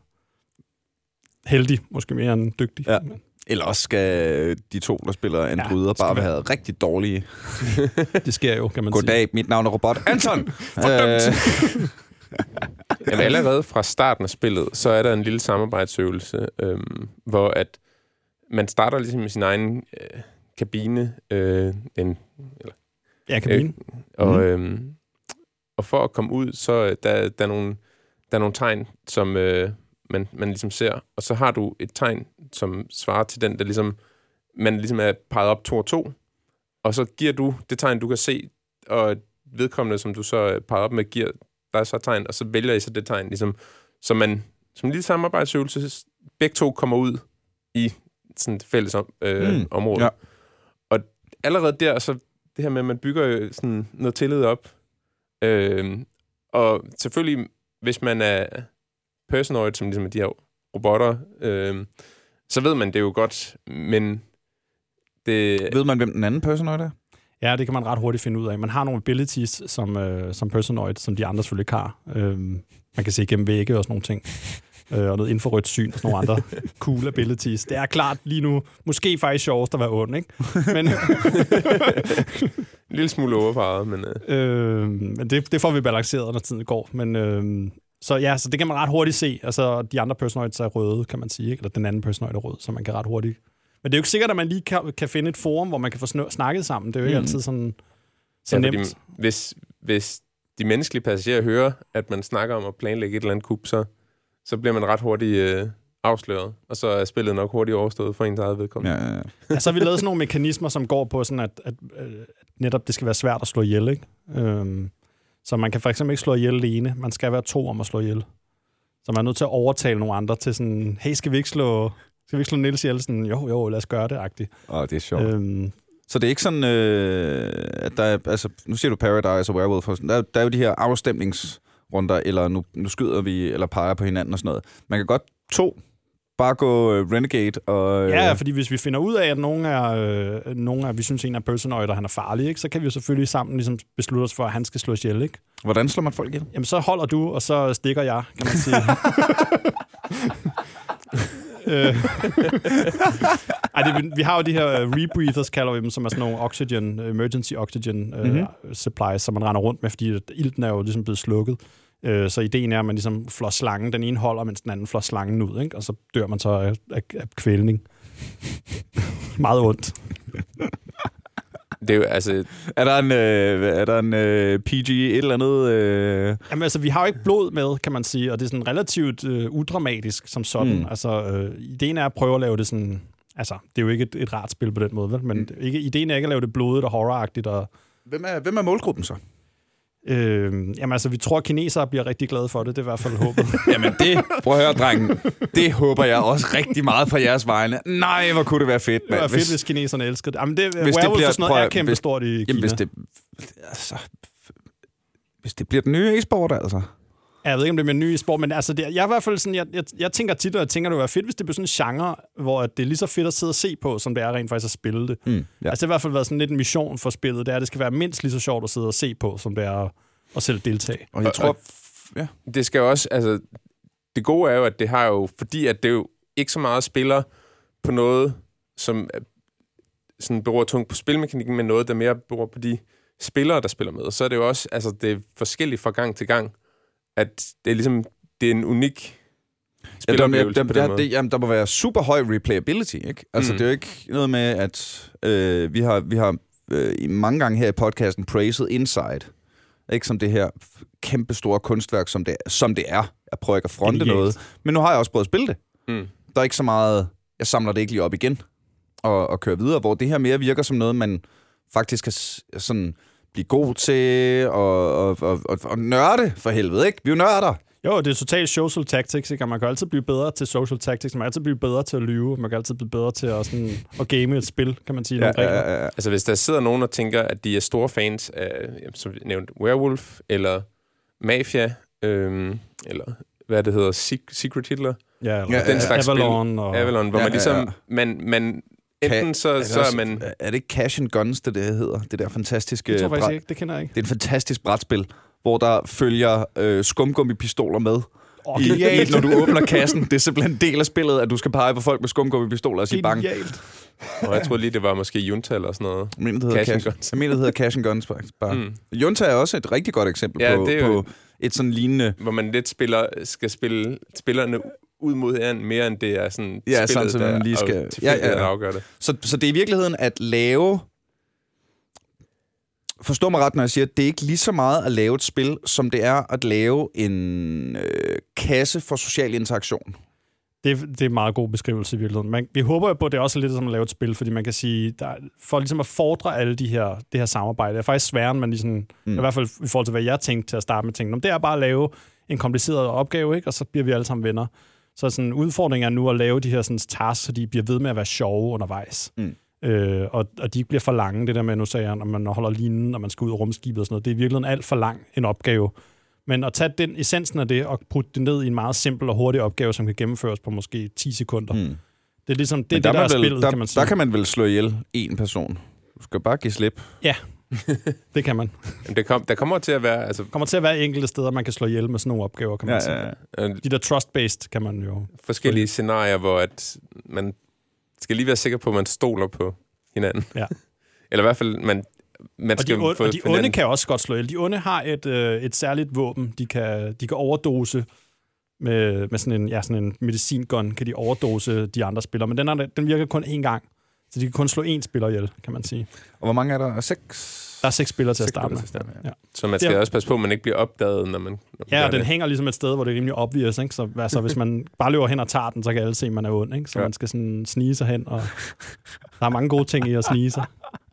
B: heldig, måske mere end dygtig.
A: Ja. Eller også skal de to, der spiller Androider, ja, bare have rigtig dårlige...
B: Det sker jo, kan man
A: Goddag, sige. Mit navn er Robot Anton! Fordømt!
C: Jamen, allerede fra starten af spillet, så er der en lille samarbejdsøvelse, øhm, hvor at man starter ligesom med sin egen øh, kabine. Øh, en, eller,
B: ja, kabine. Øh,
C: og, mm. øhm, og for at komme ud, så der, der, er nogle, der er nogle tegn, som øh, man, man ligesom ser. Og så har du et tegn, som svarer til den, der ligesom, man ligesom er peget op to og to. Og så giver du det tegn, du kan se, og vedkommende, som du så peger op med, giver der er så tegn, og så vælger I så det tegn, ligesom, så man som en lille samarbejdsøvelse begge to kommer ud i sådan et fælles om, øh, mm. område.
A: Ja.
C: Og allerede der, så det her med, at man bygger jo sådan noget tillid op. Øh, og selvfølgelig, hvis man er personoid, som ligesom de her robotter, øh, så ved man det jo godt, men det...
A: Ved man, hvem den anden personoid er?
B: Ja, det kan man ret hurtigt finde ud af. Man har nogle abilities som, øh, som personoid, som de andre selvfølgelig ikke har. Øh, man kan se gennem vægge og sådan nogle ting. Øh, og noget infrarødt syn og sådan nogle andre cool abilities. Det er klart lige nu, måske faktisk sjovest at være ond, ikke? Men
C: en lille smule overparet, men... Øh.
B: Øh, men det, det får vi balanceret, når tiden går. Men, øh, så ja, så det kan man ret hurtigt se. Altså, de andre personoids er røde, kan man sige, ikke? Eller den anden personoid er rød, så man kan ret hurtigt... Men det er jo ikke sikkert, at man lige kan, kan finde et forum, hvor man kan få snø- snakket sammen. Det er jo ikke mm. altid sådan, så
C: ja,
B: nemt.
C: Fordi, hvis, hvis de menneskelige passagerer hører, at man snakker om at planlægge et eller andet kub, så, så bliver man ret hurtigt øh, afsløret. Og så er spillet nok hurtigt overstået for ens eget vedkommende.
A: Ja, ja, ja.
B: Ja, så har vi lavet sådan nogle mekanismer, som går på sådan, at, at, at netop det skal være svært at slå ihjel, ikke? Øhm, så man kan for eksempel ikke slå ihjel alene. Man skal være to om at slå ihjel. Så man er nødt til at overtale nogle andre til sådan, hey, skal vi ikke slå... Skal vi ikke slå Niels ihjel? Sådan, jo, jo, lad os gøre det, agtigt.
A: Åh, oh, det er sjovt.
B: Øhm,
A: Så det er ikke sådan, øh, at der er, altså, nu siger du Paradise og Werewolf, der, der er jo de her afstemningsrunder, eller nu, nu skyder vi, eller peger på hinanden og sådan noget. Man kan godt to bare gå uh, Renegade og... Øh,
B: ja, fordi hvis vi finder ud af, at nogen er, øh, nogen er vi synes, en er personoid, og han er farlig, ikke, så kan vi jo selvfølgelig sammen ligesom beslutte os for, at han skal slås ihjel, ikke?
A: Hvordan slår man folk ihjel?
B: Jamen, så holder du, og så stikker jeg, kan man sige. Ej, det, vi har jo de her rebreathers, kalder vi dem, som er sådan nogle oxygen, emergency oxygen uh, mm-hmm. supplies, som man render rundt med, fordi ilten er jo ligesom blevet slukket. Uh, så ideen er, at man ligesom flår slangen, den ene holder, mens den anden flår slangen ud, ikke? Og så dør man så af, af, af kvælning. Meget ondt.
C: Det er jo, altså...
A: Er der en, øh, er der en øh, P G et eller andet? Øh...
B: Jamen altså, vi har jo ikke blod med, kan man sige, og det er sådan relativt øh, udramatisk som sådan. Mm. Altså, øh, ideen er at prøve at lave det sådan... Altså, det er jo ikke et, et rart spil på den måde, vel? Men mm. ikke, ideen er ikke at lave det blodet og horroragtigt. Og...
A: Hvem, er, hvem er målgruppen så?
B: Øh, jamen altså, vi tror, at kinesere bliver rigtig glade for det. Det er i hvert fald håbet.
A: Jamen det, prøv at høre, drengen. Det håber jeg også rigtig meget på jeres vegne. Nej, hvor kunne det være fedt, mand.
B: Det var fedt, hvis, hvis kineserne elskede det. Jamen det,
A: hvis
B: Werewolf
A: det bliver,
B: sådan noget er kæmpe hvis, stort i Kina.
A: Jamen hvis det... Altså, hvis det bliver den nye e-sport, altså...
B: Jeg ved ikke, om det bliver en ny sport, men altså, det, jeg er i hvert fald sådan, jeg, jeg, jeg tænker tit, og jeg tænker, det ville være fedt, hvis det bliver sådan en genre, hvor det er lige så fedt at sidde og se på, som det er rent faktisk at spille det. Mm, ja. Altså, det har i hvert fald været sådan lidt en mission for spillet, det er, at det skal være mindst lige så sjovt at sidde og se på, som det er at selv deltage.
A: Og jeg tror, og,
C: ja. Det skal også, altså, det gode er jo, at det har jo, fordi at det jo ikke så meget spiller på noget, som sådan beror tungt på spilmekanikken, men noget, der mere beror på de spillere, der spiller med. Så er det jo også, altså, det er forskelligt fra gang til gang, at det er ligesom, det er en unik spilleroplevelse
A: ja, der, der, der, det, jamen, der må være super høj replayability, ikke? Altså, mm. det er jo ikke noget med, at øh, vi har, vi har øh, mange gange her i podcasten praised Inside, ikke? Som det her kæmpe store kunstværk, som det, som det er. Jeg prøver ikke at fronte Genialt. noget, men nu har jeg også prøvet at spille det. Mm. Der er ikke så meget, jeg samler det ikke lige op igen og, og kører videre, hvor det her mere virker som noget, man faktisk kan sådan... blive god til og, og, og, og, og nørde for helvede, ikke? Vi er jo nørder.
B: Jo, det er totalt social tactics, ikke? Man kan altid blive bedre til social tactics, man kan altid blive bedre til at lyve, man kan altid blive bedre til at, sådan, at game et spil, kan man sige.
A: Ja, ja, ja, ja.
C: Altså, hvis der sidder nogen og tænker, at de er store fans af, som vi nævnte, Werewolf, eller Mafia, øhm, eller hvad det hedder, Secret Hitler,
B: ja, eller ja, den slags Avalon,
C: spil,
B: og...
C: Avalon, hvor
A: ja,
C: man ligesom,
A: ja, ja.
C: man, man enten så, er, så
A: også,
C: er man...
A: Er det ikke Cash and Guns, det der hedder? Det der fantastiske...
B: Det tror jeg faktisk ikke, det kender jeg ikke.
A: Det er et fantastisk brætspil, hvor der følger øh, skumgummipistoler med.
B: Oh,
A: I, i, når du åbner kassen. Det er simpelthen en del af spillet, at du skal pege på folk med skumgummipistoler og sige bang.
B: Genialt.
C: Og jeg tror lige, det var måske Junta eller sådan noget.
A: Jeg mener, det hedder Cash, Cash, jeg mener, det hedder Cash and Guns. Bare. Mm. Junta er også et rigtig godt eksempel ja, på, jo, på et sådan lignende...
C: Hvor man lidt spiller, skal spille spillerne ud mod hinanden mere, end det er sådan
A: ja,
C: spillet,
A: sådan, der man lige skal...
C: ja, ja, ja. afgøre det.
A: Så, så det er i virkeligheden at lave... Forstå mig ret, når jeg siger, at det er ikke lige så meget at lave et spil, som det er at lave en øh, kasse for social interaktion.
B: Det, det er en meget god beskrivelse i virkeligheden. Man, vi håber jo på, at det er også lidt som at lave et spil, fordi man kan sige, der, for ligesom at fordre alle de her, det her samarbejde, det er faktisk sværere, end man ligesom, mm. i hvert fald i forhold til, hvad jeg tænkte til at starte med, tænkte, det er bare at lave en kompliceret opgave, ikke? Og så bliver vi alle sammen venner. Så sådan, udfordringen er nu at lave de her sådan, tasks, så de bliver ved med at være sjove undervejs. Mm. Øh, og, og de ikke bliver for lange, det der med, nu sagde jeg, når man holder linen, når man skal ud af rumskibet og sådan noget. Det er virkelig en alt for lang en opgave. Men at tage den essensen af det og putte det ned i en meget simpel og hurtig opgave, som kan gennemføres på måske ti sekunder. Mm. Det er ligesom det, det der, der er vel, spillet,
A: der,
B: kan man sige.
A: Der kan man vel slå ihjel én person. Du skal bare give slip.
B: Ja, det kan man.
C: det kom, der kommer til at være... Altså...
B: kommer til at være enkelte steder, man kan slå ihjel med sådan nogle opgaver, kan man ja, sige. Ja, ja. De der trust-based kan man jo...
C: Forskellige scenarier, hvor at man skal lige være sikker på, at man stoler på hinanden. Ja. Eller i hvert fald, man... Man
B: og de, onde, og de onde kan også godt slå ihjel. De onde har et, øh, et særligt våben. De kan, de kan overdose med, med sådan en, ja, sådan en medicingun, kan de overdose de andre spillere. Men den, er, den virker kun én gang. Så de kan kun slå én spiller ihjel, kan man sige.
A: Og hvor mange er der? Seks?
B: Der er seks spillere til at starte med.
C: Ja. Så man skal er, også passe på, at man ikke bliver opdaget, når man... Når man
B: ja, og den det. hænger ligesom et sted, hvor det er rimelig obvious. Ikke? Så altså, hvis man bare løber hen og tager den, så kan alle se, at man er ond. Ikke? Så ja. man skal sådan snige sig hen. Og der er mange gode ting i at snige sig.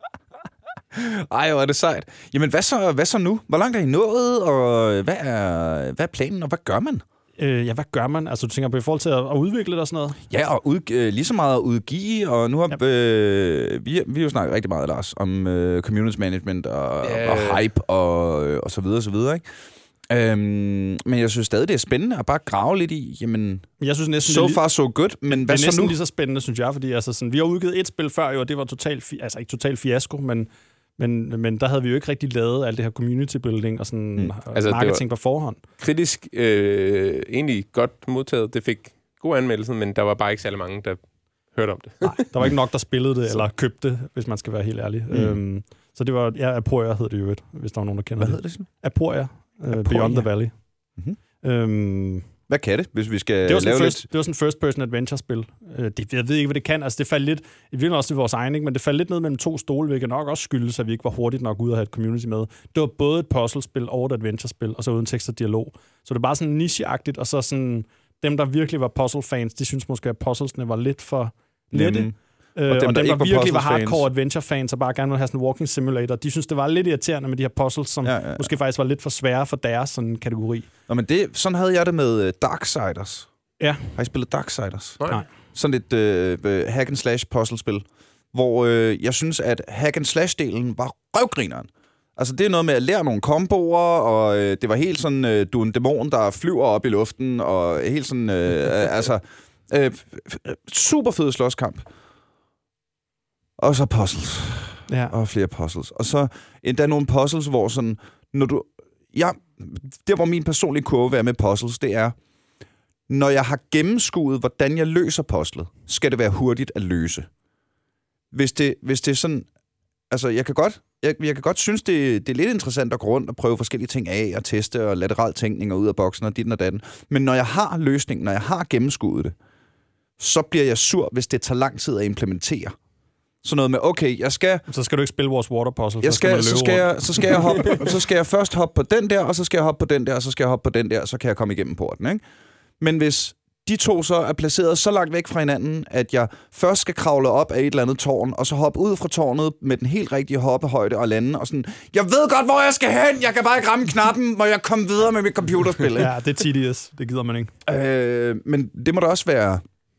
A: Ej, hvor er det sejt. Jamen, hvad så, hvad så nu? Hvor langt er I nået, og hvad er, hvad er planen, og hvad gør man?
B: Øh, ja, hvad gør man? Altså, du tænker på i forhold til at, at udvikle det og sådan noget?
A: Ja, og ud, øh, lige så meget at udgive, og nu har ja. øh, vi, vi har jo snakket rigtig meget, Lars, om øh, community management og, yeah. og hype og, øh, og så videre, og så videre, ikke? Øhm, men jeg synes stadig, det er spændende at bare grave lidt i, jamen,
B: jeg synes næsten,
A: so far so good, men hvad så nu?
B: Det er næsten lige så spændende, synes jeg, fordi altså, sådan, vi har udgivet et spil før, jo, og det var totalt, fi- altså ikke totalt fiasko, men Men, men der havde vi jo ikke rigtig lavet alt det her community building og sådan mm. altså, marketing på forhånd.
C: Kritisk øh, egentlig godt modtaget. Det fik gode anmeldelser, men der var bare ikke særlig mange, der hørte om det.
B: Nej, der var ikke nok, der spillede det eller købte det, hvis man skal være helt ærlig. Mm. Øhm, så det var, ja, Aporia hed det jo, hvis der var nogen, der kender
A: Hvad
B: det.
A: Hvad hedder det sådan?
B: Aporia, uh, Aporia. Beyond the Valley. Mm-hmm. Øhm,
A: Hvad kan det, hvis vi skal
B: det var
A: lave
B: first,
A: lidt?
B: Det var sådan en first-person adventure-spil. Det, jeg ved ikke, hvad det kan. Altså, det faldt lidt... I virkeligheden også til vores egen, ikke? Men det faldt lidt ned mellem to stole, hvilket nok også skyldes, at vi ikke var hurtigt nok ude at have et community med. Det var både et puzzlespil og et adventure-spil, og så uden tekst og dialog. Så det var bare sådan niche-agtigt, og så sådan... Dem, der virkelig var puzzle-fans, de synes måske, at puzzlesne var lidt for lette. Mm. Øh, og dem, og dem der, der virkelig var hardcore adventure-fans og bare gerne ville have sådan en walking simulator, de synes, det var lidt irriterende med de her puzzles, som ja, ja, ja. måske faktisk var lidt for svære for deres sådan kategori.
A: Nå, men det, sådan havde jeg det med uh, Darksiders.
B: Ja.
A: Har I spillet Darksiders?
B: Nej.
A: Sådan et uh, hack and slash puzzlespil, hvor uh, jeg synes, at hack and slash-delen var røvgrineren. Altså, det er noget med at lære nogle komboer, og uh, det var helt sådan, uh, du er en dæmon, der flyver op i luften, og helt sådan, uh, uh, altså, uh, super fed slåskamp. Og så puzzles.
B: Ja.
A: Og flere puzzles. Og så endda nogle puzzles, hvor sådan, når du... Ja, der hvor min personlige kurve er med puzzles, det er, når jeg har gennemskuet, hvordan jeg løser puzzlet, skal det være hurtigt at løse. Hvis det, hvis det er sådan... Altså, jeg kan godt, jeg, jeg kan godt synes, det, det er lidt interessant at gå rundt og prøve forskellige ting af, og teste og lateral tænkning og ud af boksen og dit og datten. Men når jeg har løsningen, når jeg har gennemskuet det, så bliver jeg sur, hvis det tager lang tid at implementere. Sådan noget med, okay, jeg skal...
B: Så skal du ikke spille vores water puzzle.
A: Jeg skal, så, skal jeg, så, skal jeg hoppe, så skal jeg først hoppe på den der, og så skal jeg hoppe på den der, og så skal jeg hoppe på den der, og så kan jeg komme igennem porten, ikke? Men hvis de to så er placeret så langt væk fra hinanden, at jeg først skal kravle op af et eller andet tårn, og så hoppe ud fra tårnet med den helt rigtige hoppehøjde og lande, og sådan, jeg ved godt, hvor jeg skal hen, jeg kan bare ikke ramme knappen, må jeg komme videre med mit computerspil, ikke?
B: Ja, det er tedious, det gider man ikke.
A: Øh, men det må da også være,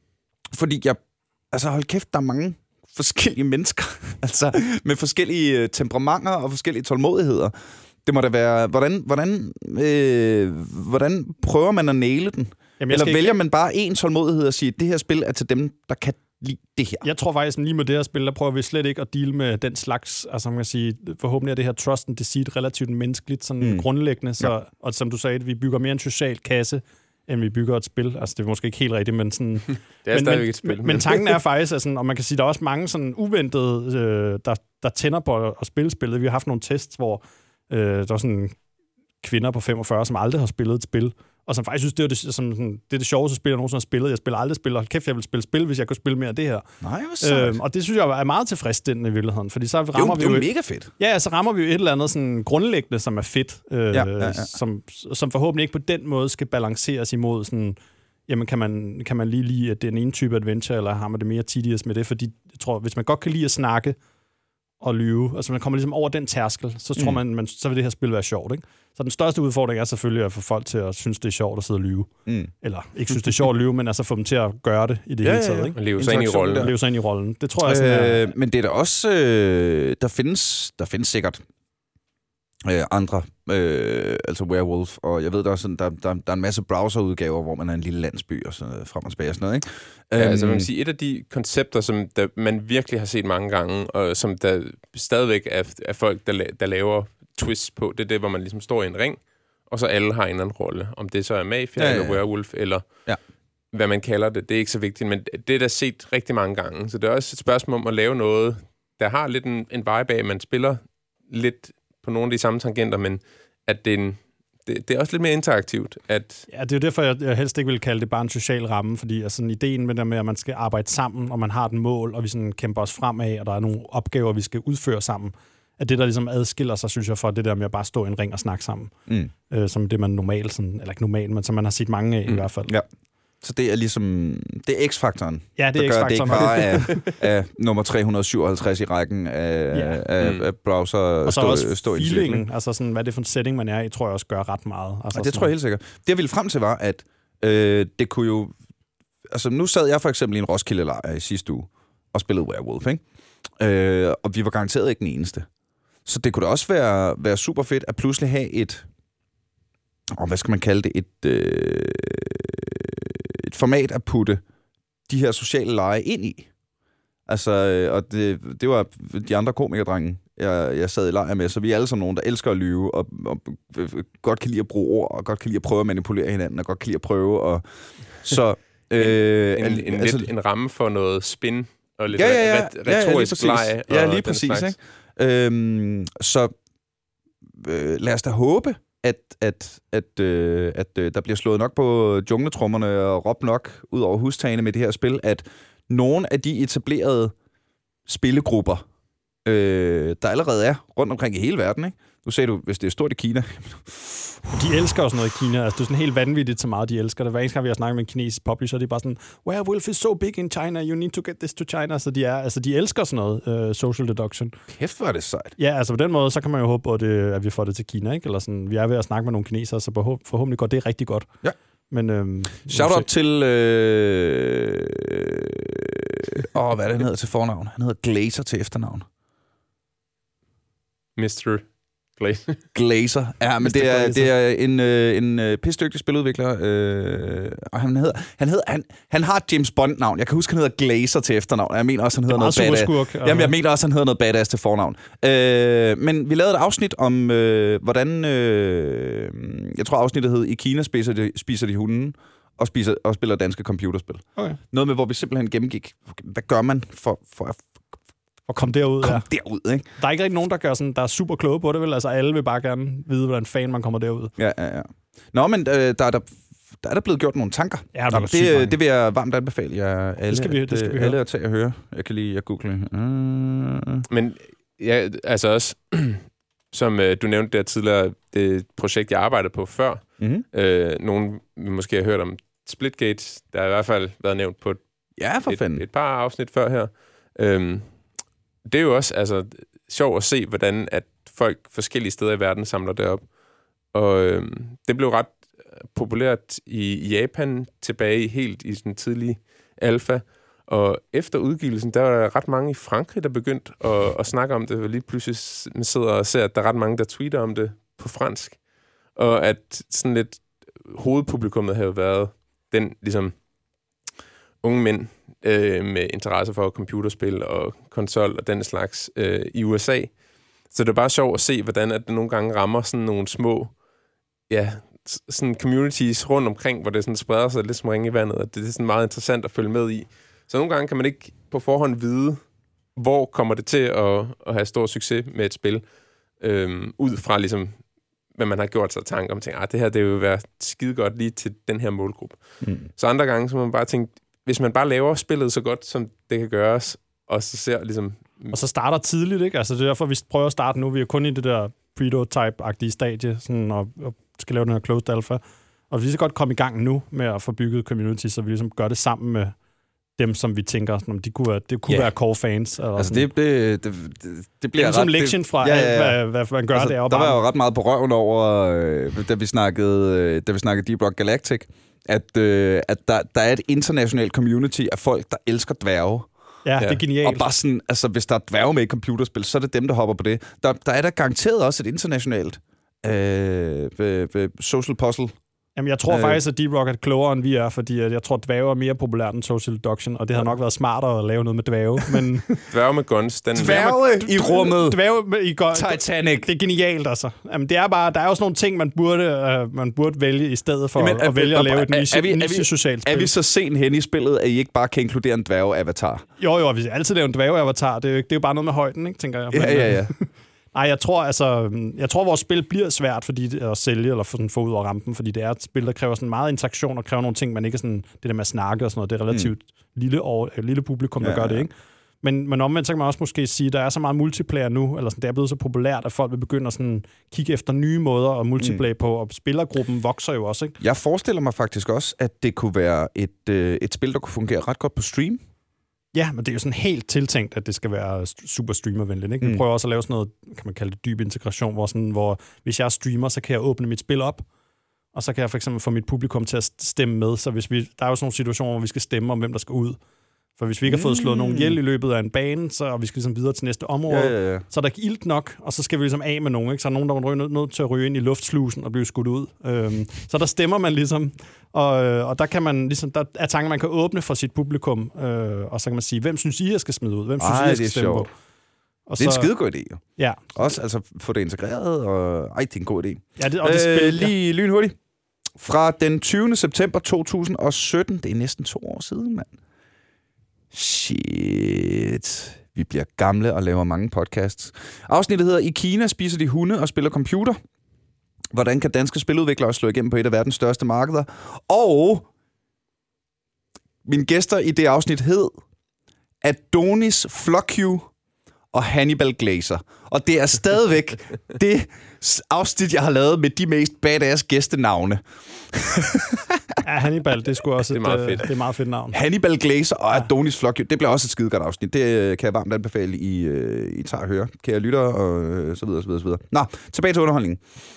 A: fordi jeg... Altså, hold kæft, der er mange forskellige mennesker, altså med forskellige temperamenter og forskellige tålmodigheder. Det må da være, hvordan, hvordan, øh, hvordan prøver man at næle den? Jamen, Eller vælger ikke... man bare en tålmodighed og siger, det her spil er til dem, der kan lide det her?
B: Jeg tror faktisk, lige med det her spil, der prøver vi slet ikke at deale med den slags, altså man kan sige, forhåbentlig er det her trust and deceit relativt menneskeligt, sådan mm. grundlæggende, så, ja. Og som du sagde, vi bygger mere en social kasse, end vi bygger et spil. Altså, det er måske ikke helt rigtigt, men sådan...
C: det er men, stadigvæk et spil.
B: Men, men tanken er faktisk, at sådan, og man kan sige, der er også mange sådan uventede, øh, der, der tænder på at, at spille spillet. Vi har haft nogle tests, hvor øh, der er sådan kvinder på femogfyrre, som aldrig har spillet et spil, og som faktisk synes, det er det, som, sådan, det, er det sjoveste spil, jeg nogensinde har spillet. Jeg spiller aldrig spil, og kæft, jeg vil spille spil, hvis jeg kunne spille mere af det her.
A: Nej, hvor sejt.
B: Øhm, og det synes jeg er meget tilfredsstillende i virkeligheden, fordi så rammer
A: jo,
B: vi jo...
A: Det er jo mega fedt.
B: Ja, så rammer vi jo et eller andet sådan grundlæggende, som er fedt, øh, ja, ja, ja. Som, som forhåbentlig ikke på den måde skal balanceres imod sådan... Jamen, kan man, kan man lige lide, at det er en ene type adventure, eller har man det mere tedious med det? Fordi jeg tror, hvis man godt kan lide at snakke at lyve. Altså man kommer ligesom over den tærskel, så tror mm. man, man, så vil det her spil være sjovt, ikke? Så den største udfordring er selvfølgelig at få folk til at synes, det er sjovt at sidde og lyve. Mm. Eller ikke synes, det er sjovt at lyve, men altså få dem til at gøre det i det ja, hele taget. Ikke?
C: Ja, leve sig ind i rollen.
B: Leve sig ind i rollen. Det tror jeg sådan
A: øh,
B: er...
A: Men det er der også... Øh, der, findes, der findes sikkert øh, andre, øh, altså Werewolf, og jeg ved, der er, sådan, der, der, der er en masse browserudgaver, hvor man er en lille landsby og sådan noget, frem og tilbage og sådan noget, ikke?
C: Ja, um, altså man kan sige, et af de koncepter, som der, man virkelig har set mange gange, og som der stadigvæk er, er folk, der, der laver twists på, det er det, hvor man ligesom står i en ring, og så alle har en eller anden rolle. Om det så er mafia, ja, ja, ja. eller werewolf, eller ja. hvad man kalder det, det er ikke så vigtigt, men det er der set rigtig mange gange. Så det er også et spørgsmål om at lave noget, der har lidt en, en vibe af, man spiller lidt på nogle af de samme tangenter, men at det er, en, det, det er også lidt mere interaktivt. At
B: ja, det er jo derfor, jeg, jeg helst ikke vil kalde det bare en social ramme, fordi altså, ideen med, det med, at man skal arbejde sammen, og man har et mål, og vi sådan kæmper os fremad, og der er nogle opgaver, vi skal udføre sammen, at det, der ligesom adskiller sig, synes jeg, for det der med at bare stå i en ring og snakke sammen. Mm. Øh, som det, man normalt, sådan, eller ikke normalt, men som man har set mange af mm. i hvert fald.
A: Ja. Så det er ligesom, det er X-faktoren.
B: Ja, det er
A: X-faktoren. Det ikke bare af, af nummer tre hundrede syvhalvtreds i rækken af, ja. af, af browser.
B: Og så
A: stå,
B: også
A: stå
B: feelingen, altså sådan, hvad det er for en setting, man er i, tror jeg også gør ret meget. Altså,
A: ja, det tror jeg helt sikkert. Det jeg ville frem til var, at øh, det kunne jo... Altså nu sad jeg for eksempel i en Roskilde-lejr i sidste uge og spillede Werewolf, ikke? Øh, og vi var garanteret ikke den eneste. Så det kunne da også være, være super fedt at pludselig have et... Og hvad skal man kalde det? Et, øh, et format at putte de her sociale lege ind i. Altså, og det, det var de andre komikerdrenge, jeg, jeg sad i lejr med, så vi er alle sammen nogen, der elsker at lyve, og, og godt kan lide at bruge ord, og godt kan lide at prøve at manipulere hinanden, og godt kan lide at prøve, og så... Øh,
C: en, en, en, altså, lidt, en ramme for noget spin, og lidt
A: ja, ja, ja,
C: retorisk
A: ja, ja,
C: lege.
A: Ja, lige præcis, ikke? Øhm, så øh, lad os da håbe, at, at, at, øh, at øh, der bliver slået nok på jungletrummerne og råbt nok ud over hustagene med det her spil, at nogle af de etablerede spillegrupper, øh, der allerede er rundt omkring i hele verden, ikke? Nu sagde du, hvis det er stort i Kina.
B: De elsker også noget i Kina. Altså, det er sådan helt vanvittigt så meget, de elsker det. Hver eneste gang, vi har snakket med en kinesisk publisher, det er bare sådan, Werewolf is so big in China, you need to get this to China. Så de, er, altså, de elsker sådan noget uh, social deduction.
A: Kæft, hvor er det sejt.
B: Ja, altså på den måde, så kan man jo håbe, at, det, at vi får det til Kina, ikke? Eller sådan, vi er ved at snakke med nogle kinesere, så forhåbentlig går det rigtig godt.
A: Ja.
B: Men, øhm,
A: shout-out til... Øh... Åh, hvad er det, han hedder til fornavn? Han hedder Glazer til efternavn.
C: mister Glazer.
A: Glazer. Ja, men det er, det er en, øh, en øh, pisdygtig spiludvikler. Øh, og han hedder, han hedder, han, han har et James Bond-navn. Jeg kan huske, han hedder Glazer til efternavn. Jeg mener også, han hedder noget badass.
B: Skurk,
A: Jamen, jeg mener også, han hedder noget badass til fornavn. Øh, men vi lavede et afsnit om, øh, hvordan, øh, jeg tror afsnittet hed, i Kina spiser de, spiser de hunden, og, spiser, og spiller danske computerspil.
B: Okay.
A: Noget med, hvor vi simpelthen gennemgik, hvad gør man for, for at
B: og kom derud,
A: kom
B: ja.
A: derud, ikke?
B: Der er ikke rigtig nogen, der gør sådan, der er super kloge på det, vel? Altså, alle vil bare gerne vide, hvordan fan man kommer derud.
A: Ja, ja, ja. Nå, men øh, der, er der, der er der blevet gjort nogle tanker.
B: Ja,
A: Nå, det, det vil jeg varmt anbefale jer alle,
B: det skal vi, det skal vi
A: alle at tage og høre. Jeg kan lige, jeg googler. Mm.
C: Men ja, altså også, som øh, du nævnte der tidligere, det projekt, jeg arbejdede på før. Mm-hmm. Øh, nogen vi måske har hørt om Splitgate, der har i hvert fald været nævnt på et,
A: ja, for
C: et, et par afsnit før her. Øhm, det er jo også altså, sjovt at se, hvordan at folk forskellige steder i verden samler det op. Og øhm, det blev ret populært i Japan tilbage helt i den tidlige alfa. Og efter udgivelsen, der var der ret mange i Frankrig, der begyndte at, at snakke om det. Og lige pludselig man sidder og ser, at der er ret mange, der tweeter om det på fransk. Og at sådan lidt hovedpublikummet havde været den ligesom unge mænd øh, med interesse for computerspil og konsol og den slags øh, i U S A. Så det er bare sjovt at se, hvordan at det nogle gange rammer sådan nogle små ja, sådan communities rundt omkring, hvor det sådan spreder sig lidt som ringe i vandet, og det er sådan meget interessant at følge med i. Så nogle gange kan man ikke på forhånd vide, hvor kommer det til at, at have stor succes med et spil, øhm, ud fra ligesom, hvad man har gjort sig tanker om, tænker, ah, det her det vil være skide godt lige til den her målgruppe. Mm. Så andre gange, så må man bare tænke, hvis man bare laver spillet så godt, som det kan gøres, og så ser ligesom...
B: Og så starter tidligt, ikke? Altså det er derfor, vi prøver at starte nu. Vi er kun i det der prototype-agtige stadie, sådan, og, og skal lave den her closed alpha. Og vi skal godt komme i gang nu med at få bygget community, så vi ligesom gør det sammen med dem, som vi tænker, som de kunne være, det kunne
A: yeah.
B: være core-fans. Eller
A: altså,
B: sådan.
A: det, det, det, det, det bliver
B: det er som
A: ret...
B: lektion fra
A: ja, ja, ja.
B: alt, hvad, hvad man gør.
A: Altså,
B: det er jo
A: der
B: bare...
A: var jo ret meget på røven over, øh, da vi snakkede, øh, da vi snakkede Deep Rock Galactic, at, øh, at der, der er et internationalt community af folk, der elsker dværge.
B: Ja, det er genialt.
A: Og bare sådan, altså, hvis der er dværge med i computerspil, så er det dem, der hopper på det. Der, der er der garanteret også et internationalt øh, social puzzle.
B: Jamen, jeg tror øh. faktisk, at Deep Rock er klogere, end vi er, fordi jeg tror, at dværge er mere populært end social deduction, og det har nok været smartere at lave noget med dværge. Men
C: dværge med guns. Den
A: dværge i rummet.
B: Dværge med, i guns.
A: Titanic.
B: Det er genialt, altså. Jamen, det er bare, der er jo sådan nogle ting, man burde, uh, man burde vælge i stedet for Jamen, at, at vælge at lave et niche-socialt spil.
A: Er vi så sent hen i spillet, at I ikke bare kan inkludere en dværge-avatar?
B: Jo, jo, vi altid lave en dværge-avatar. Det er, jo, det er jo bare noget med højden, ikke, tænker jeg. Men,
A: ja, ja, ja.
B: Nej, jeg tror altså, jeg tror vores spil bliver svært fordi at sælge eller få, sådan, få ud af rampen, fordi det er et spil, der kræver sådan meget interaktion og kræver nogle ting, man ikke er sådan det der med at snakke og sådan noget. Det er relativt mm. lille over, lille publikum, der ja, gør det, ikke? Men, men omvendt så kan man også måske sige, at der er så meget multiplayer nu, eller sådan, det er blevet så populært, at folk vil begynde at sådan, kigge efter nye måder at multiplayer mm. på, og spillergruppen vokser jo også, ikke? Jeg
A: forestiller mig faktisk også, at det kunne være et, øh, et spil, der kunne fungere ret godt på stream.
B: Ja, men det er jo sådan helt tiltænkt, at det skal være super streamervenligt, ikke? Vi mm. prøver også at lave sådan noget, kan man kalde det dyb integration, hvor, sådan, hvor hvis jeg er streamer, så kan jeg åbne mit spil op, og så kan jeg for eksempel få mit publikum til at stemme med. Så hvis vi, der er jo sådan nogle situationer, hvor vi skal stemme om, hvem der skal ud. For hvis vi ikke har fået slået mm. nogen ihjel i løbet af en bane, så, og vi skal ligesom videre til næste område,
A: ja, ja, ja.
B: så er der ikke ilt nok, og så skal vi ligesom af med nogen. Ikke? Så er der nogen, der er nødt, nødt til at ryge ind i luftslusen og blive skudt ud. Øhm, så der stemmer man ligesom, og, og der kan man ligesom, der er tanker, man kan åbne for sit publikum, øh, og så kan man sige, hvem synes I, jeg skal smide ud? Hvem synes
A: Ej,
B: I, jeg skal stemme
A: sjovt.
B: på?
A: Og det er så, en skidegod idé, jo.
B: Ja.
A: Også altså få det integreret, og ej, det er en god idé.
B: Ja, det, og det
A: øh,
B: spil,
A: lige ja. lynhurtigt. Fra den tyvende september to tusind og sytten, det er næsten to år siden, mand. Shit. Vi bliver gamle og laver mange podcasts. Afsnittet hedder I Kina spiser de hunde og spiller computer. Hvordan kan danske spiludviklere slå igennem på et af verdens største markeder? Og mine gæster i det afsnit hed Adonis Flocue og Hannibal Glazer. Og det er stadigvæk det afsnit, jeg har lavet med de mest badass gæstenavne.
B: Ja, Hannibal, det er sgu også
C: det er, et, meget fedt.
B: det er meget fedt navn.
A: Hannibal Glazer og Adonis Flocue, det bliver også et skidegodt afsnit. Det kan jeg varmt anbefale, I, I tager og hører. Kære lytter, og så videre, så videre, så videre. Nå, tilbage til underholdningen.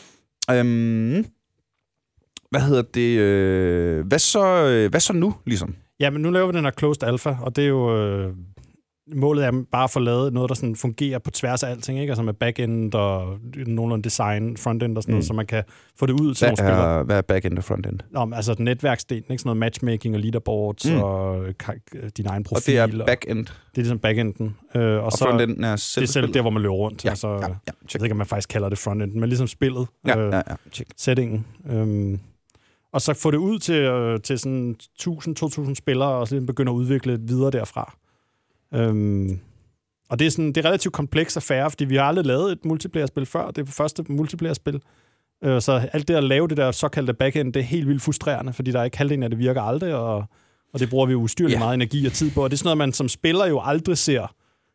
A: Øhm, hvad hedder det? Øh, hvad, så, hvad så nu, ligesom?
B: Ja, men nu laver vi den her closed alpha, og det er jo... Øh, målet er bare at få lavet noget, der sådan fungerer på tværs af alting, ikke? Altså med backend og nogenlunde design, frontend og sådan mm. noget, så man kan få det ud til
A: hvad
B: nogle
A: er,
B: spillere.
A: Hvad er backend og frontend?
B: Nå, altså netværksdelen, ikke? Sådan noget matchmaking og leaderboards mm. og din egen profil.
A: Og det er backend?
B: Det er ligesom backenden. Øh, og,
A: og
B: så,
A: frontenden er selv
B: det er selv der, hvor man løber rundt.
A: Ja,
B: altså,
A: ja, ja,
B: jeg ved ikke, om man faktisk kalder det frontenden, men ligesom spillet.
A: Ja,
B: øh,
A: ja, ja, check.
B: Settingen. Øh, og så få det ud til, øh, til sådan tusind til to tusind spillere, og så begynde at udvikle videre derfra. Øh, Og det er, sådan, det er relativt kompleks affære, fordi vi har aldrig lavet et multiplayer-spil før. Det er det første multiplayer-spil. Så alt det at lave det der såkaldte backend, det er helt vildt frustrerende, fordi der er ikke halvdelen af det virker aldrig, og, og det bruger vi ustyrligt yeah. meget energi og tid på. Og det er sådan noget, man som spiller jo aldrig ser.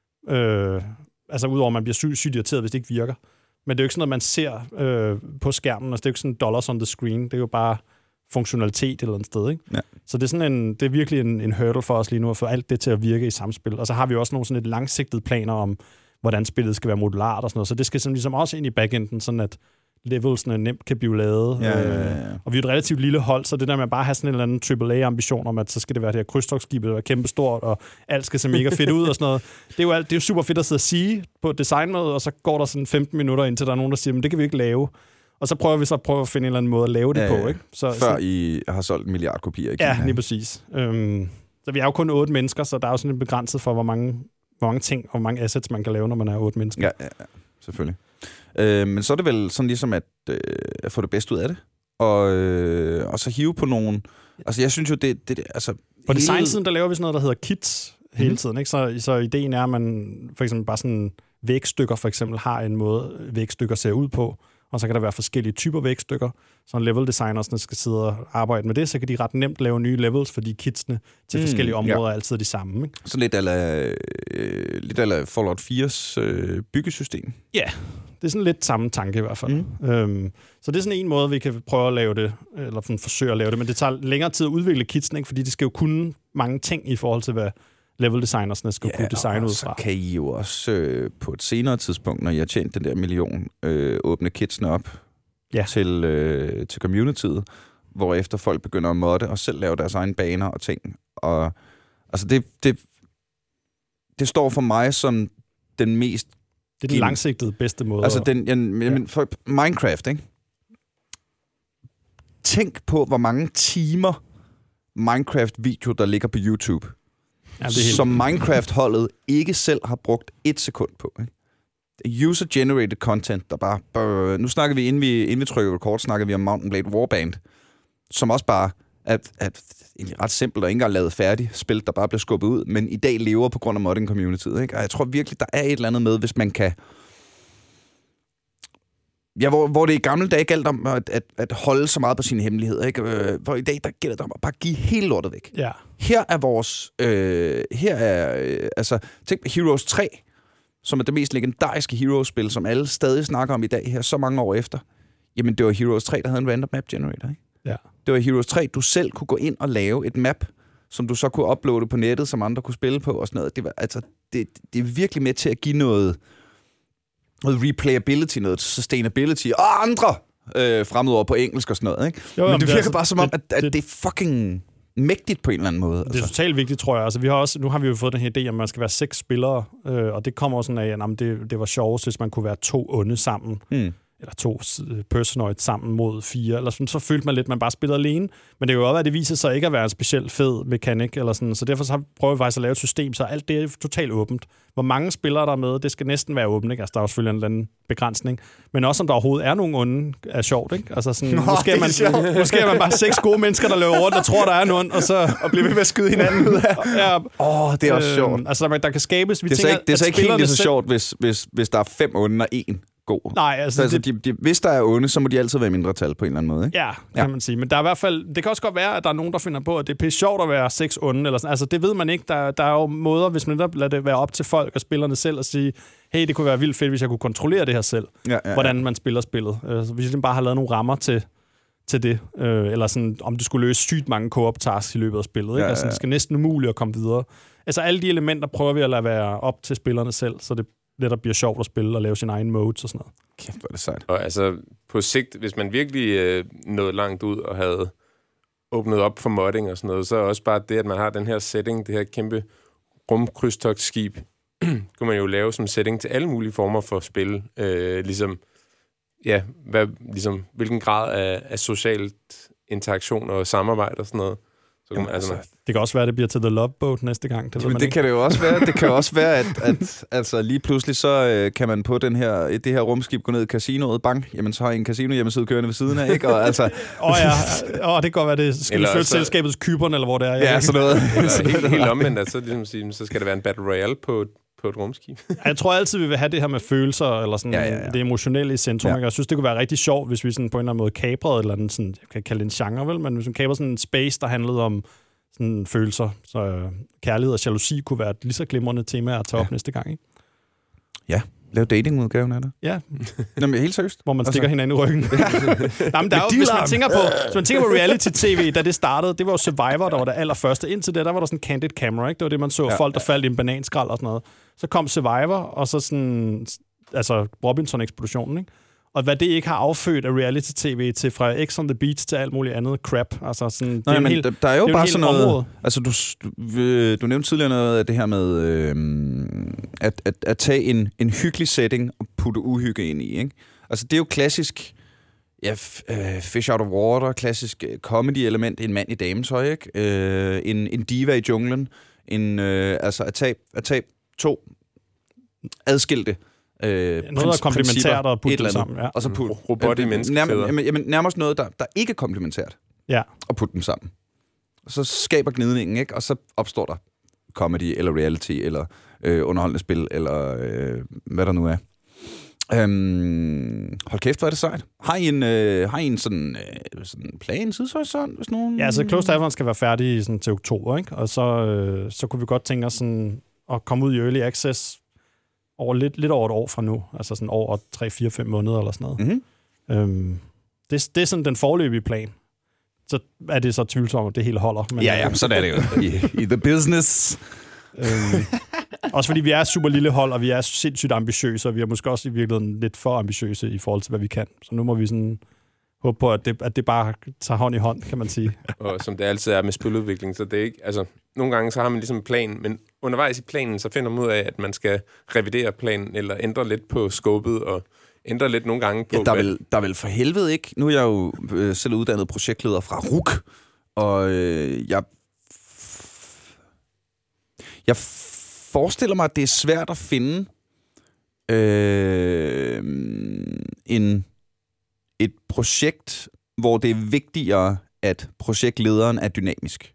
B: Øh, altså udover at man bliver sygt, sygt irriteret, hvis det ikke virker. Men det er jo ikke sådan noget, man ser øh, på skærmen. Altså, det er jo ikke sådan dollars on the screen. Det er jo bare funktionalitet et eller andet sted, ikke? Ja. Så det er, sådan en, det er virkelig en, en hurdle for os lige nu, at få alt det til at virke i samspil. Og så har vi også nogle sådan et langsigtede planer om, hvordan spillet skal være modulart og sådan noget. Så det skal sådan ligesom også ind i backenden, sådan at levelsene nemt kan blive lavet.
A: Ja, ja, ja, ja.
B: Og vi er et relativt lille hold, så det der med at bare have sådan en eller anden triple A-ambition om, at så skal det være det her krydstogtskib, der er kæmpestort, og alt skal se mega fedt ud og sådan noget. Det er jo, alt, det er jo super fedt at sidde og sige på designmødet, og så går der sådan femten minutter, indtil der er nogen, der siger, men det kan vi ikke lave. Og så prøver vi så at prøve at finde en eller anden måde at lave det
A: ja,
B: på, ikke? Så,
A: før så, I har solgt en milliard kopier i Kina.
B: Ja, lige præcis. Øhm, så vi er jo kun otte mennesker, så der er jo sådan en begrænset for, hvor mange, hvor mange ting og hvor mange assets, man kan lave, når man er otte mennesker.
A: Ja, ja, ja. Selvfølgelig. Øh, men så er det vel sådan ligesom at, øh, at få det bedste ud af det. Og, øh, og så hive på nogle... Altså, jeg synes jo, det... det altså,
B: på
A: hele...
B: designsiden, der laver vi sådan noget, der hedder kits hele tiden, ikke? Så, så ideen er, at man for eksempel bare sådan vægstykker for eksempel har en måde, vægstykker ser ud på. Og så kan der være forskellige typer vægstykker. Så en level designer skal sidde og arbejde med det, så kan de ret nemt lave nye levels, fordi kitsene til mm, forskellige områder ja. er altid de samme. Ikke?
A: Så lidt ala, øh, lidt ala Fallout fires øh, byggesystem.
B: Ja, det er sådan lidt samme tanke i hvert fald. Mm. Øhm, så det er sådan en måde, vi kan prøve at lave det, eller forsøge at lave det, men det tager længere tid at udvikle kitsene, ikke? Fordi de skal jo kunne mange ting i forhold til, hvad level designersne skal
A: ja,
B: kunne designe ud
A: fra.
B: fra.
A: Så kan I jo også øh, på et senere tidspunkt, når I har tjent den der million, øh, åbne kitsene op
B: ja.
A: til, øh, til communityet, hvor efter folk begynder at modde og selv lave deres egne baner og ting. Og altså det, det, det står for mig som den mest...
B: Det er den langsigtede bedste måde.
A: Altså den, jeg, ja. for Minecraft, ikke? Tænk på, hvor mange timer Minecraft-video, der ligger på YouTube, ja, som Minecraft-holdet ikke selv har brugt et sekund på. Ikke? User-generated content, der bare... Brrr, nu snakker vi, inden vi, inden vi trykker record, snakker vi om Mountain Blade Warband, som også bare er, er ret simpelt og ikke engang lavet færdigt spil, der bare bliver skubbet ud, men i dag lever på grund af modding communityet. Ikke? Og jeg tror virkelig, der er et eller andet med, hvis man kan... Ja, hvor, hvor det i gamle dage galt om at, at, at holde så meget på sine hemmeligheder, ikke? Øh, hvor i dag, der gælder det om at bare give hele lortet væk.
B: Ja.
A: Her er vores... Øh, her er... Øh, altså, tænk på Heroes tre, som er det mest legendariske Heroes-spil, som alle stadig snakker om i dag, her så mange år efter. Jamen, det var Heroes tre, der havde en random map generator, ikke?
B: Ja.
A: Det var Heroes tre, du selv kunne gå ind og lave et map, som du så kunne uploade på nettet, som andre kunne spille på og sådan noget. Det, var, altså, det, det er virkelig med til at give noget... noget replayability, noget sustainability, og andre øh, fremmedord på engelsk og sådan noget, ikke? Jo, men det virker altså, bare som om, at, at det, det er fucking mægtigt på en eller anden måde.
B: Det er altså. Totalt vigtigt, tror jeg. Altså, vi har også, nu har vi jo fået den her idé, at man skal være seks spillere, øh, og det kommer også sådan af, at jamen, det, det var sjovest, hvis man kunne være to onde sammen. Mm. Eller to personoid sammen mod fire, eller sådan, så følte man lidt, at man bare spillede alene. Men det kan jo også være, at det viser sig ikke at være en specielt fed mekanik, eller sådan, så derfor så prøver vi faktisk at lave et system, så alt det er totalt åbent. Hvor mange spillere der er med, det skal næsten være åbent, ikke? Altså, der er jo selvfølgelig en eller anden begrænsning. Men også, om der overhovedet er nogen onde, er sjovt, ikke? Altså, sådan, Nå, måske, er man, måske er man bare seks gode mennesker, der løber rundt og tror, der er nogen, og så...
A: og bliver ved med at skyde hinanden ud af. Ja. Åh, oh, det er også øh, sjovt.
B: Altså, der, der kan skabes... Vi
A: det er
B: tænker,
A: så ikke, det er så ikke helt lige så sjovt, hvis, hvis, hvis der er fem onde og en god.
B: Nej, altså...
A: Så, altså
B: det,
A: de, de, hvis der er onde, så må de altid være mindre tal på en eller anden måde, ikke?
B: Ja, kan ja. man sige. Men der er i hvert fald... Det kan også godt være, at der er nogen, der finder på, at det er pisse sjovt at være seks onde, eller sådan. Altså, det ved man ikke. Der, der er jo måder, hvis man lader det være op til folk og spillerne selv, og sige, hey, det kunne være vildt fedt, hvis jeg kunne kontrollere det her selv. Ja, ja, hvordan ja. man spiller spillet. Altså, hvis jeg bare har lavet nogle rammer til, til det. Øh, eller sådan, om du skulle løse sygt mange co-op-tasks i løbet af spillet. Ikke? Ja, ja. Altså, det skal næsten umuligt at komme videre. Altså, alle de elementer prøver vi at lade være op til spillerne selv, så det netop bliver sjovt at spille og lave sin egen modes og sådan noget.
A: Kæft, hvor er det sejt.
C: Og altså, på sigt, hvis man virkelig øh, nåede langt ud og havde åbnet op for modding og sådan noget, så er også bare det, at man har den her setting, det her kæmpe rumkrydstogtskib, kunne man jo lave som setting til alle mulige former for spil. Øh, ligesom, ja, hvad, ligesom, hvilken grad af, af socialt interaktion og samarbejde og sådan noget. Så
B: Jamen, altså, det kan også være, at det bliver til The Love Boat næste gang. Det,
A: Jamen, det kan det jo også være. Det kan også være, at, at altså, lige pludselig så øh, kan man på den her, det her rumskib gå ned i casinoet, bang, jamen så har I en casino hjemmeside kørende ved siden af, ikke? Og altså... Åh
B: oh, ja, oh, det kan godt være, det skal eller vi flytte så... selskabets Kyberne, eller hvor det er.
A: Ja, ja sådan noget.
C: Eller helt, helt omvendt, altså, ligesom sige, så skal der være en Battle Royale på på et rumskib.
B: Jeg tror altid, vi vil have det her med følelser, eller sådan, ja, ja, ja. det emotionelle i centrum. Ja. Jeg synes, det kunne være rigtig sjovt, hvis vi sådan på en eller anden måde kabrede, eller en sådan, jeg kan kalde det en genre, vel, men hvis vi kabrede sådan en space, der handlede om sådan følelser, så øh, kærlighed og jalousi kunne være et lige så glimrende tema at tage op ja. næste gang, ikke?
A: Ja, lave datingudgaven af det.
B: Ja.
A: Jamen, helt seriøst.
B: Hvor man stikker altså. hinanden i ryggen. Ja. Nå, men der er jo, hvis man tænker på, hvis man tænker på reality-tv, da det startede, det var jo Survivor, der var det allerførste. Indtil det, der var der sådan en candid camera, ikke? Det var det, man så ja. folk, der faldt i en bananskrald og sådan noget. Så kom Survivor, og så sådan, altså Robinson-eksplosionen, ikke? Og hvad det ikke har affødt af reality-tv til fra X on the Beach til alt muligt andet crap. Altså sådan,
A: Nej,
B: det er
A: men
B: helt,
A: der, der er jo
B: er
A: bare sådan noget...
B: område.
A: Altså, du, du, du nævnte tidligere noget af det her med øh, at, at, at tage en, en hyggelig setting og putte uhygge ind i, ikke? Altså, det er jo klassisk... Ja, uh, Fish Out of Water, klassisk comedy-element, en mand i dametøj, ikke? Uh, en, en diva i junglen. En, uh, altså, at tage, at tage to adskilte Øh,
B: noget, der er komplementært og putte det sammen. Ja.
A: Og så putte
C: robot i menneskeklæder.
A: Nærmest, jamen, nærmest noget, der, der ikke er komplementært.
B: Ja.
A: Og putte dem sammen. Og så skaber gnidningen, ikke? Og så opstår der comedy, eller reality, eller øh, underholdende spil, eller øh, hvad der nu er. Øhm, hold kæft, hvor er det sejt. Har I en, øh, har I en sådan, øh, sådan plan, tidshorisont, hvis nogen...
B: Ja, altså Close to Heaven skal være færdig sådan, til oktober, ikke? Og så, øh, så kunne vi godt tænke os sådan, at komme ud i Early Access over lidt, lidt over et år fra nu. Altså sådan over tre, fire, fem måneder eller sådan noget. Mm-hmm. Øhm, det, det er sådan den foreløbige plan. så er det så tvivlsomt, at det hele holder. Men,
A: ja, ja, sådan er det jo i, i the business.
B: øhm, også fordi vi er et super lille hold, og vi er sindssygt ambitiøse, og vi er måske også i virkeligheden lidt for ambitiøse i forhold til, hvad vi kan. Så nu må vi sådan håbe på, at det, at det bare tager hånd i hånd, kan man sige.
C: Og som det altid er med spiludvikling, så det er ikke... Altså, nogle gange så har man ligesom en plan, men undervejs i planen, så finder man ud af, at man skal revidere planen, eller ændre lidt på scopet, og ændre lidt nogle gange på...
A: Ja, der, er vel, der er vel for helvede ikke... Nu er jeg jo øh, selv uddannet projektleder fra R U K, og øh, jeg... Jeg forestiller mig, at det er svært at finde øh, en, et projekt, hvor det er vigtigere, at projektlederen er dynamisk.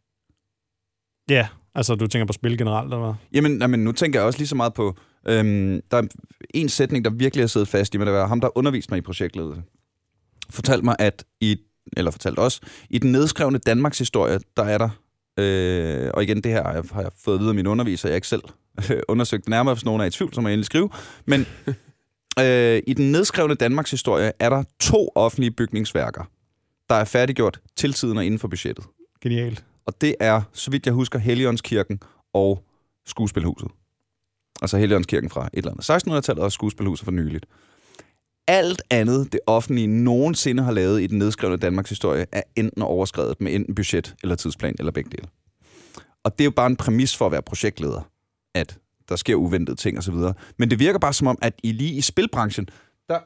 B: Ja, altså du tænker på spil generelt, eller hvad?
A: Jamen, jamen nu tænker jeg også lige så meget på... Øhm, der er en sætning, der virkelig har siddet fast i mig, det var ham, der underviste mig i projektledelse. Fortalte mig, at i... Eller fortalte os, i den nedskrevne Danmarks historie, der er der... Øh, og igen, det her har jeg fået at vide af mine undervisere, jeg har ikke selv undersøgt nærmere, hvis nogen er i tvivl, så må jeg endelig skrive. Men øh, i den nedskrevne Danmarks historie er der to offentlige bygningsværker, der er færdiggjort til tiden og inden for budgettet.
B: Genialt.
A: Og det er, så vidt jeg husker, Helligåndskirken og Skuespilhuset. Altså Helligåndskirken fra et eller andet sekstenhundredetallet og Skuespilhuset for nyligt. Alt andet, det offentlige nogensinde har lavet i den nedskrevne Danmarks historie, er enten overskrevet med enten budget eller tidsplan eller begge dele. Og det er jo bare en præmis for at være projektleder, at der sker uventede ting osv. Men det virker bare som om, at i lige i spilbranchen, der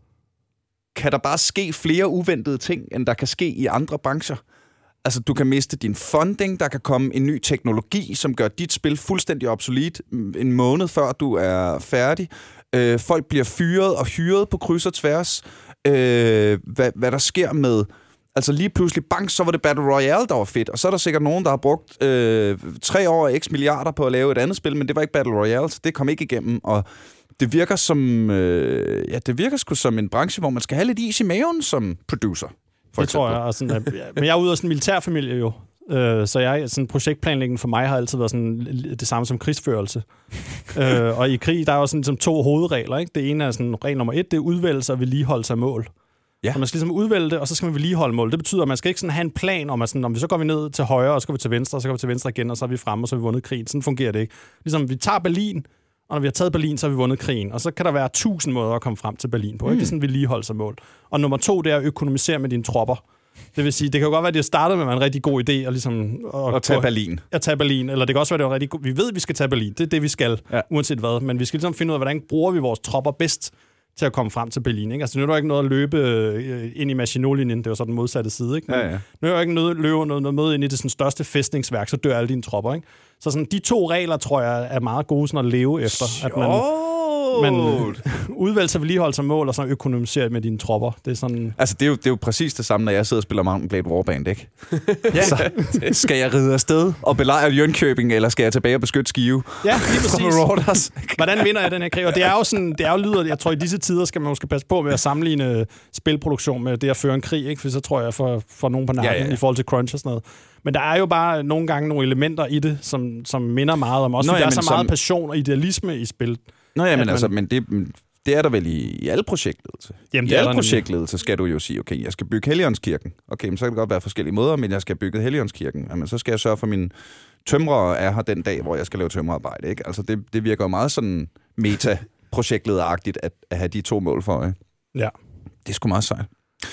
A: kan der bare ske flere uventede ting, end der kan ske i andre brancher. Altså, du kan miste din funding, der kan komme en ny teknologi, som gør dit spil fuldstændig obsolet en måned før du er færdig. Øh, folk bliver fyret og hyret på kryds og tværs. Øh, hvad, hvad der sker med... Altså lige pludselig, bang, så var det Battle Royale, der var fedt. Og så er der sikkert nogen, der har brugt øh, tre år og x milliarder på at lave et andet spil, men det var ikke Battle Royale, så det kom ikke igennem. Og det virker som... Øh, ja, det virker sgu som en branche, hvor man skal have lidt is i maven som producer.
B: Det eksempel. Tror jeg. Og sådan, at, men jeg er ude af sådan en militærfamilie jo. Øh, så jeg, sådan projektplanlægning for mig har altid været sådan det samme som krigsførelse. øh, og i krig, der er jo sådan ligesom to hovedregler. Ikke? Det ene er sådan regel nummer et, det er udvælgelse og vedligeholdelse af mål. Ja. Så man skal ligesom udvælge det, og så skal man vedligeholde mål. Det betyder, at man skal ikke sådan have en plan om, at sådan, om vi så går vi ned til højre, og så går vi til venstre, og så går vi til venstre igen, og så er vi fremme, og så har vi vundet krigen. Sådan fungerer det ikke. Ligesom vi tager Berlin, og når vi har taget Berlin, så har vi vundet krigen. Og så kan der være tusind måder at komme frem til Berlin på. Ikke? Det er sådan vedligeholdelse af mål. Og nummer to, det er at økonomisere med dine tropper. Det vil sige, det kan jo godt være, at det startede med en rigtig god idé at ligesom
A: at, at tage Berlin.
B: At tage Berlin, eller det kan også være, det var rigtig god. Vi ved, at vi skal tage Berlin. Det er det, vi skal, ja. Uanset hvad. Men vi skal ligesom finde ud af, hvordan bruger vi vores tropper bedst til at komme frem til Berlin. Ikke? Altså, nu er der ikke noget at løbe ind i Maginot-linjen. Det var så den modsatte side. Ikke? Men ja, ja. Nu er der ikke noget, løbe noget, noget med ind i det sådan, største fæstningsværk, så dør alle dine tropper. Ikke? Så sådan, de to regler, tror jeg, er meget gode sådan, at leve efter. At man, man udvælger vedligeholdelse af mål og så økonomiserer med dine tropper. Det er sådan...
A: Altså, det er, jo, det er jo præcis det samme, når jeg sidder og spiller Mountain Blade Warband, ikke? Ja. Så skal jeg ride afsted og belejre Jönköping, eller skal jeg tilbage og beskytte Skive?
B: Ja, lige præcis. Hvordan vinder jeg den her krig? Og det er jo sådan, det er jo lyder, jeg tror, i disse tider skal man måske passe på med at sammenligne spilproduktion med det at føre en krig, ikke? For så tror jeg, for, for nogen på nakken ja, ja. I forhold til crunch og sådan noget. Men der er jo bare nogle gange nogle elementer i det, som, som minder meget om os. Nå, ja, der er så meget som... passion og idealisme i spil.
A: Nå ja, men man... altså, men det, det er der vel i, i alle projektledelse. Jamen, I alle projektledelse skal du jo sige, okay, jeg skal bygge Helligåndskirken. Okay, men så kan det godt være forskellige måder, men jeg skal bygge Helligåndskirken. Jamen, så skal jeg sørge for, at mine tømrere er her den dag, hvor jeg skal lave tømrerarbejde. Ikke? Altså, det, det virker jo meget sådan meta-projektlederagtigt at, at have de to mål for øje.
B: Ja.
A: Det er sgu meget sejt.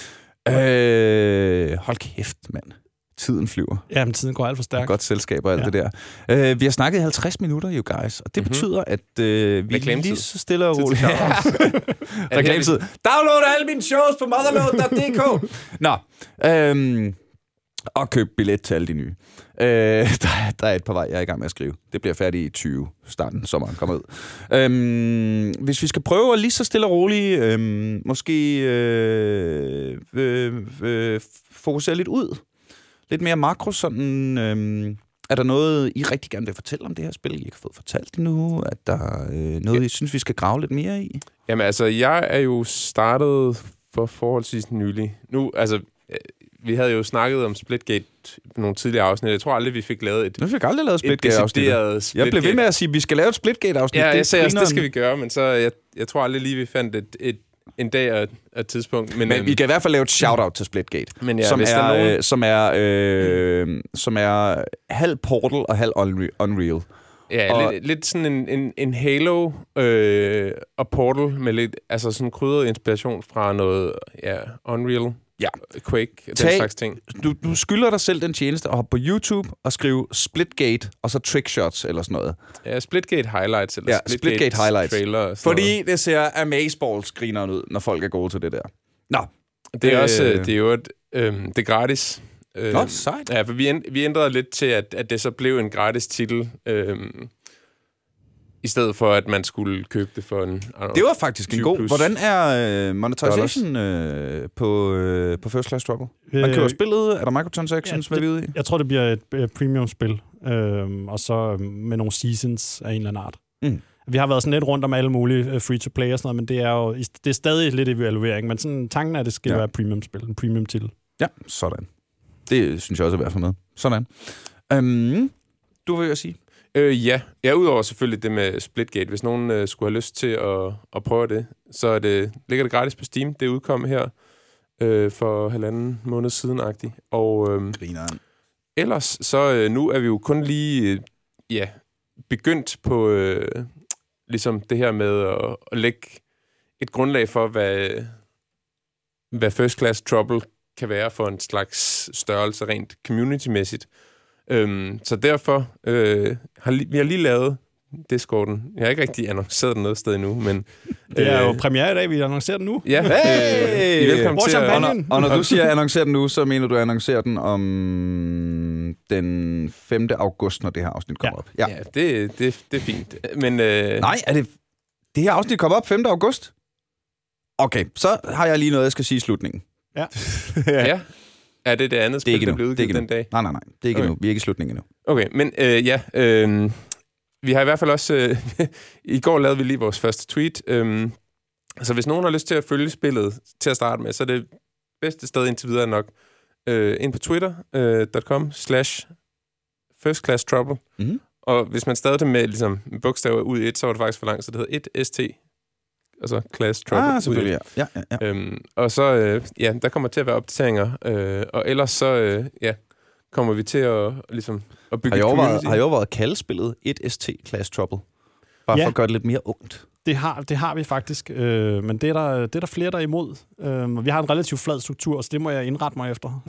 A: Øh, hold kæft, mand. Tiden flyver.
B: Ja, men tiden går alt for stærkt.
A: Godt selskab og alt ja. Det der. Uh, vi har snakket i halvtreds minutter, you guys. Og det mm-hmm. betyder, at uh, vi lige så stille og roligt... Reklametid. Download alle mine shows på motherload punktum d k. Nå. Um, og køb billet til alle de nye. Uh, der, der er et par vej, jeg er i gang med at skrive. Det bliver færdigt i tyve. Starten, sommeren kommer ud. Um, hvis vi skal prøve at lige så stille og roligt, um, måske uh, uh, uh, fokusere lidt ud. Lidt mere makro, sådan, øhm, er der noget, I rigtig gerne vil fortælle om det her spil, I ikke har fået fortalt endnu? Er der øh, noget, ja. I synes, vi skal grave lidt mere i?
C: Jamen altså, jeg er jo startet for forholdsvis nylig. Nu, altså, vi havde jo snakket om Splitgate nogle tidligere afsnit. Jeg tror aldrig, vi fik lavet et...
A: Vi fik aldrig lavet Splitgate-afsnit.
C: Splitgate.
A: Jeg blev ved med at sige, at vi skal lave et Splitgate-afsnit.
C: Ja, jeg sagde også, det skal vi gøre, men så jeg, jeg tror aldrig lige, vi fandt et, et en dag og et tidspunkt. Men,
A: Men
C: øhm,
A: vi kan i hvert fald lave et shout-out til Splitgate,
C: men ja,
A: som,
C: hvis der
A: er,
C: er nogen-
A: øh, som er øh, som er halv Portal og halv Unre- Unreal.
C: Ja,
A: Og-
C: lidt, lidt sådan en, en, en Halo øh, og Portal med lidt, altså sådan krydret inspiration fra noget, ja, Unreal,
A: Ja.
C: Quake, den
A: Tag-
C: slags ting.
A: Du, du skylder dig selv den tjeneste at hoppe på YouTube og skrive Splitgate og så trickshots eller sådan noget.
C: Ja, Splitgate Highlights, eller
A: Ja,
C: Splitgate,
A: Splitgate Highlights.
C: Trailer. Og sådan
A: Fordi det ser amazeballs-grineren ud, når folk er gode til det der. Nå.
C: noget. Det er
A: øh,
C: også, øh, det er jo et, øh, det er gratis. Øh,
A: Nå, sejt.
C: Ja, for vi, ænd- vi ændrede lidt til, at, at det så blev en gratis titel, øh, i stedet for, at man skulle købe det for en...
A: Det var faktisk en
C: tyve
A: god...
C: plus
A: Hvordan er øh, monetization øh, på, øh, på First Class Trouble? Man køber
B: Øh,
A: spillet, er der microtransactions,
B: ja,
A: hvad vi ude i?
B: Jeg tror, det bliver et øh, premium-spil, øh, og så øh, med nogle seasons af en eller anden art.
A: Mm.
B: Vi har været sådan lidt rundt om alle mulige øh, free-to-play og sådan noget, men det er jo det er stadig lidt evaluering, men sådan, tanken er, at det skal
A: Ja.
B: ja. være premium-spil, en premium-titel.
A: Ja, sådan. Det synes jeg også er værd at få med. Sådan. Um, du vil jo sige?
C: Øh, ja. ja, udover selvfølgelig det med Splitgate. Hvis nogen øh, skulle have lyst til at, at prøve det, så er det, ligger det gratis på Steam. Det udkom her øh, for halvanden måned siden-agtigt. Og øh,
A: Grineren.
C: ellers, så øh, nu er vi jo kun lige øh, ja, begyndt på øh, ligesom det her med at, at lægge et grundlag for, hvad, hvad First Class Trouble kan være for en slags størrelse rent community-mæssigt. Øhm, så derfor øh, har li- vi har lige lavet Discorden. Jeg har ikke rigtig annonceret den noget sted endnu, men...
B: Det er jo
C: øh,
B: premiere i dag, vi annoncerer den nu.
C: Ja,
A: Hey!
C: øh, I er velkommen
B: Hvor
C: til
B: er
C: at...
A: Og
B: champagne?
A: når, og når du siger annoncer den nu, så mener du annoncerer den om den femte august, når det her afsnit kommer
B: Ja.
A: op. Ja.
C: Ja, det, det, det er fint. Men øh,
A: Nej, er det... Det her afsnit kommer op femte august? Okay, så har jeg lige noget, jeg skal sige i slutningen.
B: Ja.
C: ja, er det det andet
A: Det er
C: spil,
A: ikke
C: der
A: nu.
C: blev
A: Det er
C: udgivet
A: ikke
C: den
A: nu.
C: dag?
A: Nej, nej, nej. Det er ikke
C: Okay.
A: nu. Vi er ikke i slutningen endnu.
C: Okay, men øh, ja, øh, vi har i hvert fald også... Øh, I går lavede vi lige vores første tweet. Øh, så hvis nogen har lyst til at følge spillet til at starte med, så er det bedste sted indtil videre nok øh, ind på twitter punktum com slash first class trouble.
A: Mm-hmm.
C: Og hvis man stadig det med ligesom, bogstaver ud i et, så var det faktisk for langt, så det hedder et st. Og så class trouble.
A: Ah, selvfølgelig, ja. ja, ja, ja.
C: Øhm, og så, øh, ja, der kommer til at være opdateringer. Øh, og ellers så, øh, ja, kommer vi til at, ligesom, at bygge
A: Har I
C: et
A: overvejet,
C: community.
A: har I overvejet at kalde spillet et st Class Trouble? Bare
B: Ja.
A: for at gøre det lidt mere ungt.
B: Det har, det har vi faktisk, øh, men det er, der, det er der flere, der er imod. Øh, vi har en relativt flad struktur, så det må jeg indrette mig efter.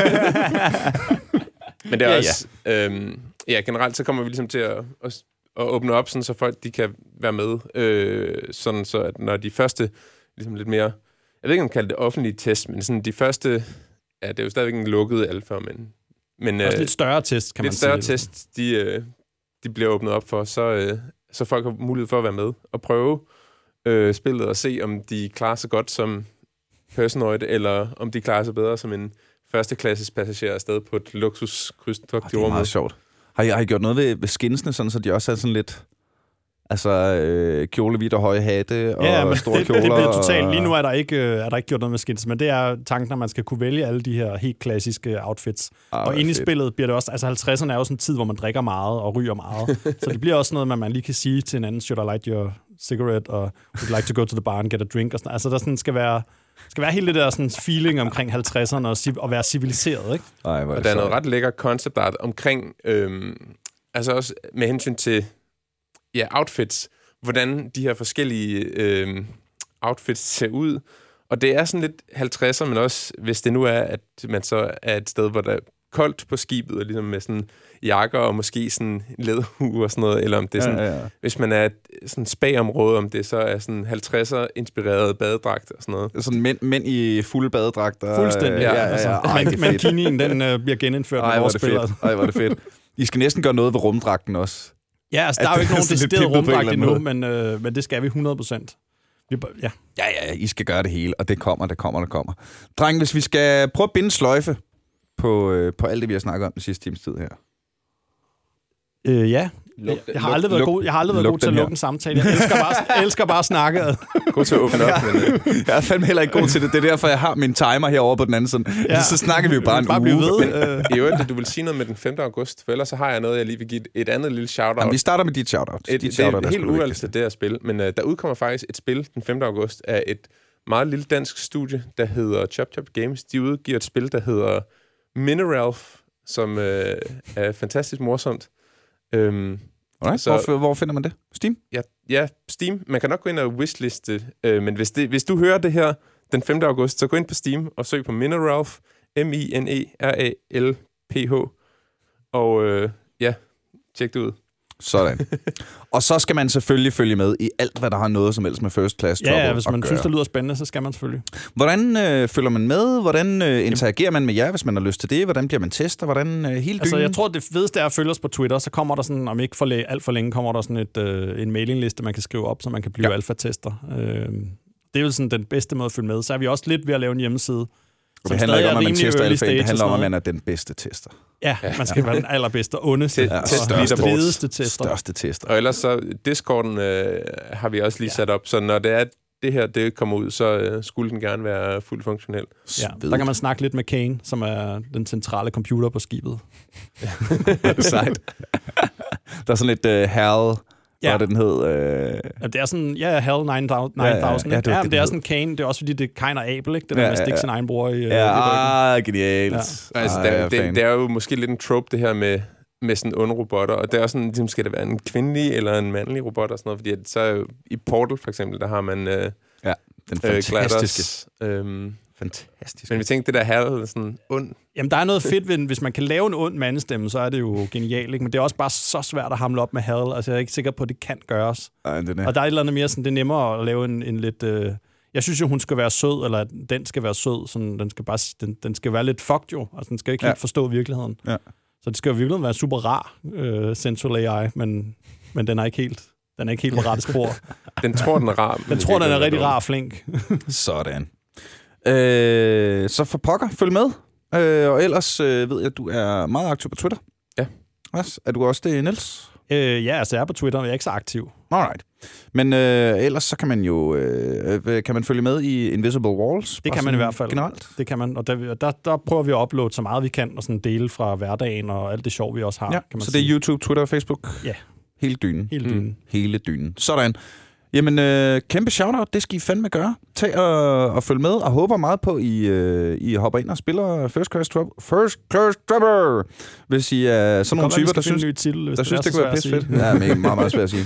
C: Men det er
A: Ja,
C: ja, også, ja. Øhm, ja, generelt så kommer vi ligesom til at, at, at åbne op, sådan, så folk de kan være med. Øh, sådan så, at når de første, ligesom lidt mere, jeg ved ikke, om man kalder det offentlige test, men sådan de første, ja, det er jo stadigvæk en lukket alfa, men... men
B: Også
C: øh,
B: lidt større test, kan man
C: lidt større
B: sige.
C: test, de, øh, de bliver åbnet op for, så, øh, så folk har mulighed for at være med og prøve øh, spillet og se, om de klarer sig godt som personoid, eller om de klarer sig bedre som en førsteklasses passager afsted på et luksuskrydstogt i
A: Det er
C: rummet.
A: meget sjovt. Har I, har I gjort noget ved, ved skinsene, sådan, så de også er sådan lidt... Altså, øh, kjolevidt og høje hatte og
B: Ja, men
A: store
B: det,
A: kjoler.
B: det bliver totalt.
A: og-
B: Lige nu er der, ikke, øh, er der ikke gjort noget med skins, men det er tanken, at man skal kunne vælge alle de her helt klassiske outfits.
A: Ah,
B: og
A: hvor
B: inde i
A: fedt.
B: spillet bliver det også... Altså halvtredserne er jo sådan en tid, hvor man drikker meget og ryger meget. Så det bliver også noget, man, man lige kan sige til en anden, should I light your cigarette, og would like to go to the bar and get a drink. Og sådan. Altså der sådan skal være... skal være hele det der sådan, feeling omkring halvtredserne og, civ- og være civiliseret, ikke?
A: Ej, hvor er
C: Og
A: det
C: der er noget
A: sejt.
C: ret lækker concept art omkring, øhm, altså også med hensyn til ja, outfits, hvordan de her forskellige øhm, outfits ser ud. Og det er sådan lidt halvtredser, men også hvis det nu er, at man så er et sted, hvor der er koldt på skibet, og ligesom med sådan jakker og måske sådan en læderhue og sådan noget, eller om det er sådan,
A: Ja, ja, ja.
C: hvis man er et sådan spa-område, om det så er sådan halvtredser-inspireret badedragt og sådan noget.
A: Sådan mænd, mænd i fulde badedragter.
B: Fuldstændig.
A: Øh, Ja, ja, ja.
B: Altså,
A: Ej, det er
B: man,
A: fedt.
B: mankinien, den øh, bliver genindført
A: Ej,
B: med
A: hvor er
B: vores
A: det
B: spillere.
A: fedt. Ej, hvor er det fedt. I skal næsten gøre noget ved rumdragten også.
B: Ja, altså,
A: At
B: der er jo
A: det
B: ikke
A: er
B: nogen
A: sådan lidt
B: decideret
A: pimpet på en
B: rumdragt
A: eller
B: endnu,
A: anden
B: men, øh, men det skal vi hundrede procent. Vi, ja.
A: Ja, ja, ja, I skal gøre det hele, og det kommer, det kommer, det kommer. Dreng, hvis vi skal prøve at binde sløjfe på, øh, på alt det, vi har snakket om den sidste times tid her.
B: Øh, ja.
C: Luk,
B: Jeg har aldrig været
A: luk-
B: god, jeg har aldrig været
A: luk
B: god til at
A: den her.
B: lukke en samtale. Jeg elsker bare, jeg elsker bare at snakke.
C: God til at åbne op, men øh,
A: Jeg er fandme heller ikke god til det. Det er derfor, jeg har min timer herovre på den anden side. Ja.
B: Ja.
A: Så snakker vi jo bare en
B: Bare
A: uge.
B: blive ved. Øh,
C: i øvrigt, du vil sige noget med den femte august, for ellers så har jeg noget, jeg lige vil give et, et andet lille shout-out.
A: Jamen, vi starter med dit shout-out.
C: Et,
A: dit
C: det
A: shout-out
C: er helt
A: sgu det
C: uvalgt
A: vigtigste.
C: til det her spil, men uh, der udkommer faktisk et spil den femte august af et meget lille dansk studie, der hedder Chop Chop Games. De udgiver et spil, der hedder Mineralf, som øh, er fantastisk morsomt. Øhm,
A: Alright. Så, hvor, hvor finder man det? Steam?
C: Ja, ja, Steam. Man kan nok gå ind og wishliste, øh, men hvis, det, hvis du hører det her den femte august, så gå ind på Steam og søg på Mineralf, M I N E R A L P H, og øh, ja, tjek det ud.
A: Sådan. Og så skal man selvfølgelig følge med i alt, hvad der har noget som helst med First Class Trouble.
B: Ja, ja, hvis man
A: gøre.
B: synes, det lyder spændende, så skal man selvfølgelig.
A: Hvordan øh, følger man med? Hvordan øh, interagerer man med jer, hvis man har lyst til det? Hvordan bliver man tester? Hvordan øh, hele
B: Altså, jeg tror, det fedeste er at følge os på Twitter. Så kommer der sådan, om ikke for læ- alt for længe, kommer der sådan et, øh, en mailingliste, man kan skrive op, så man kan blive ja. alfa-tester. Øh, det er jo sådan den bedste måde at følge med. Så er vi også lidt ved at lave en hjemmeside.
A: Det handler ikke om, at man tester alfa. Det handler om, at man er den bedste tester.
B: Ja, man skal være den allerbedste og ondeste
C: ja,
B: og største tester.
A: Største tester.
C: Og ellers så, Discorden øh, har vi også lige ja. sat op, så når det er det her, det kommer ud, så øh, skulle den gerne være fuldt funktionel.
B: Ja, der kan man snakke lidt med Kane, som er den centrale computer på skibet.
A: Sejt. Der er sådan lidt uh, Hal...
B: Ja.
A: Hvad den hed? Øh...
B: Ja, det er sådan, ja, Hal ni tusind. Ja, ja, ja, det, ja, det, det er sådan Kane, det er også fordi, det er Kain og Abel, ikke? Det der ja, med at stikke ja, ja. sin egen bror i,
A: ja, i ah, genialt. Ja.
C: Altså, ah, der, det, det er jo måske lidt en trope, det her med, med sådan onde robotter, og det er også sådan, ligesom, skal det være en kvindelig eller en mandlig robot og sådan noget, fordi at, så er jo, i Portal for eksempel, der har man øh,
A: ja, den fantastiske.
C: Øh, øhm,
A: Fantastisk.
C: Men vi tænkte, det der Hal sådan ond.
B: Jamen, der er noget fedt ved, hvis man kan lave en ond mandestemme, så er det jo genialt, ikke? Men det er også bare så svært at hamle op med Hal. Altså, jeg er ikke sikker på, at det kan gøres.
A: Ej, det er.
B: Og der er et eller andet mere sådan, det er nemmere at lave en, en lidt... Øh... Jeg synes jo, hun skal være sød, eller den skal være sød. Sådan, den, skal bare, den, den skal være lidt fucked jo. Altså, den skal ikke ja. helt forstå virkeligheden. Ja. Så det skal jo virkelig være super rar, øh, Central A I, men, men den er ikke helt... Den er ikke helt på rette spor.
C: Den tror, den er rar.
B: Den tror, den er rigtig rar og flink.
A: Sådan. Øh, så for pokker, følg med. Øh, og ellers øh, ved jeg, at du er meget aktiv på Twitter.
C: Ja.
A: Yes. Er du også det, Niels?
B: Øh, ja, altså jeg er på Twitter, men jeg er ikke så aktiv.
A: Alright. Men øh, ellers så kan man jo øh, kan man følge med i Invisible Walls.
B: Det kan man i hvert fald.
A: Generelt.
B: Det kan man, og der, der, der prøver vi at uploade så meget vi kan, og sådan dele fra hverdagen, og alt det sjov, vi også har.
A: Ja,
B: kan man
A: så
B: sige.
A: Det er YouTube, Twitter og Facebook?
B: Ja.
A: Hele dynen?
B: Hele dynen.
A: Mm. Hele dynen. Sådan. Jamen, øh, kæmpe shoutout, det skal I fandme gøre. Tag og, og følg med, og håber meget på, at I, øh, I hopper ind og spiller First Class Trouble. First Class Trouble! Hvis I er sådan nogle typer, der synes,
B: titel,
A: der det, synes det kunne være pisse fedt. Ja, men meget, meget svært at sige.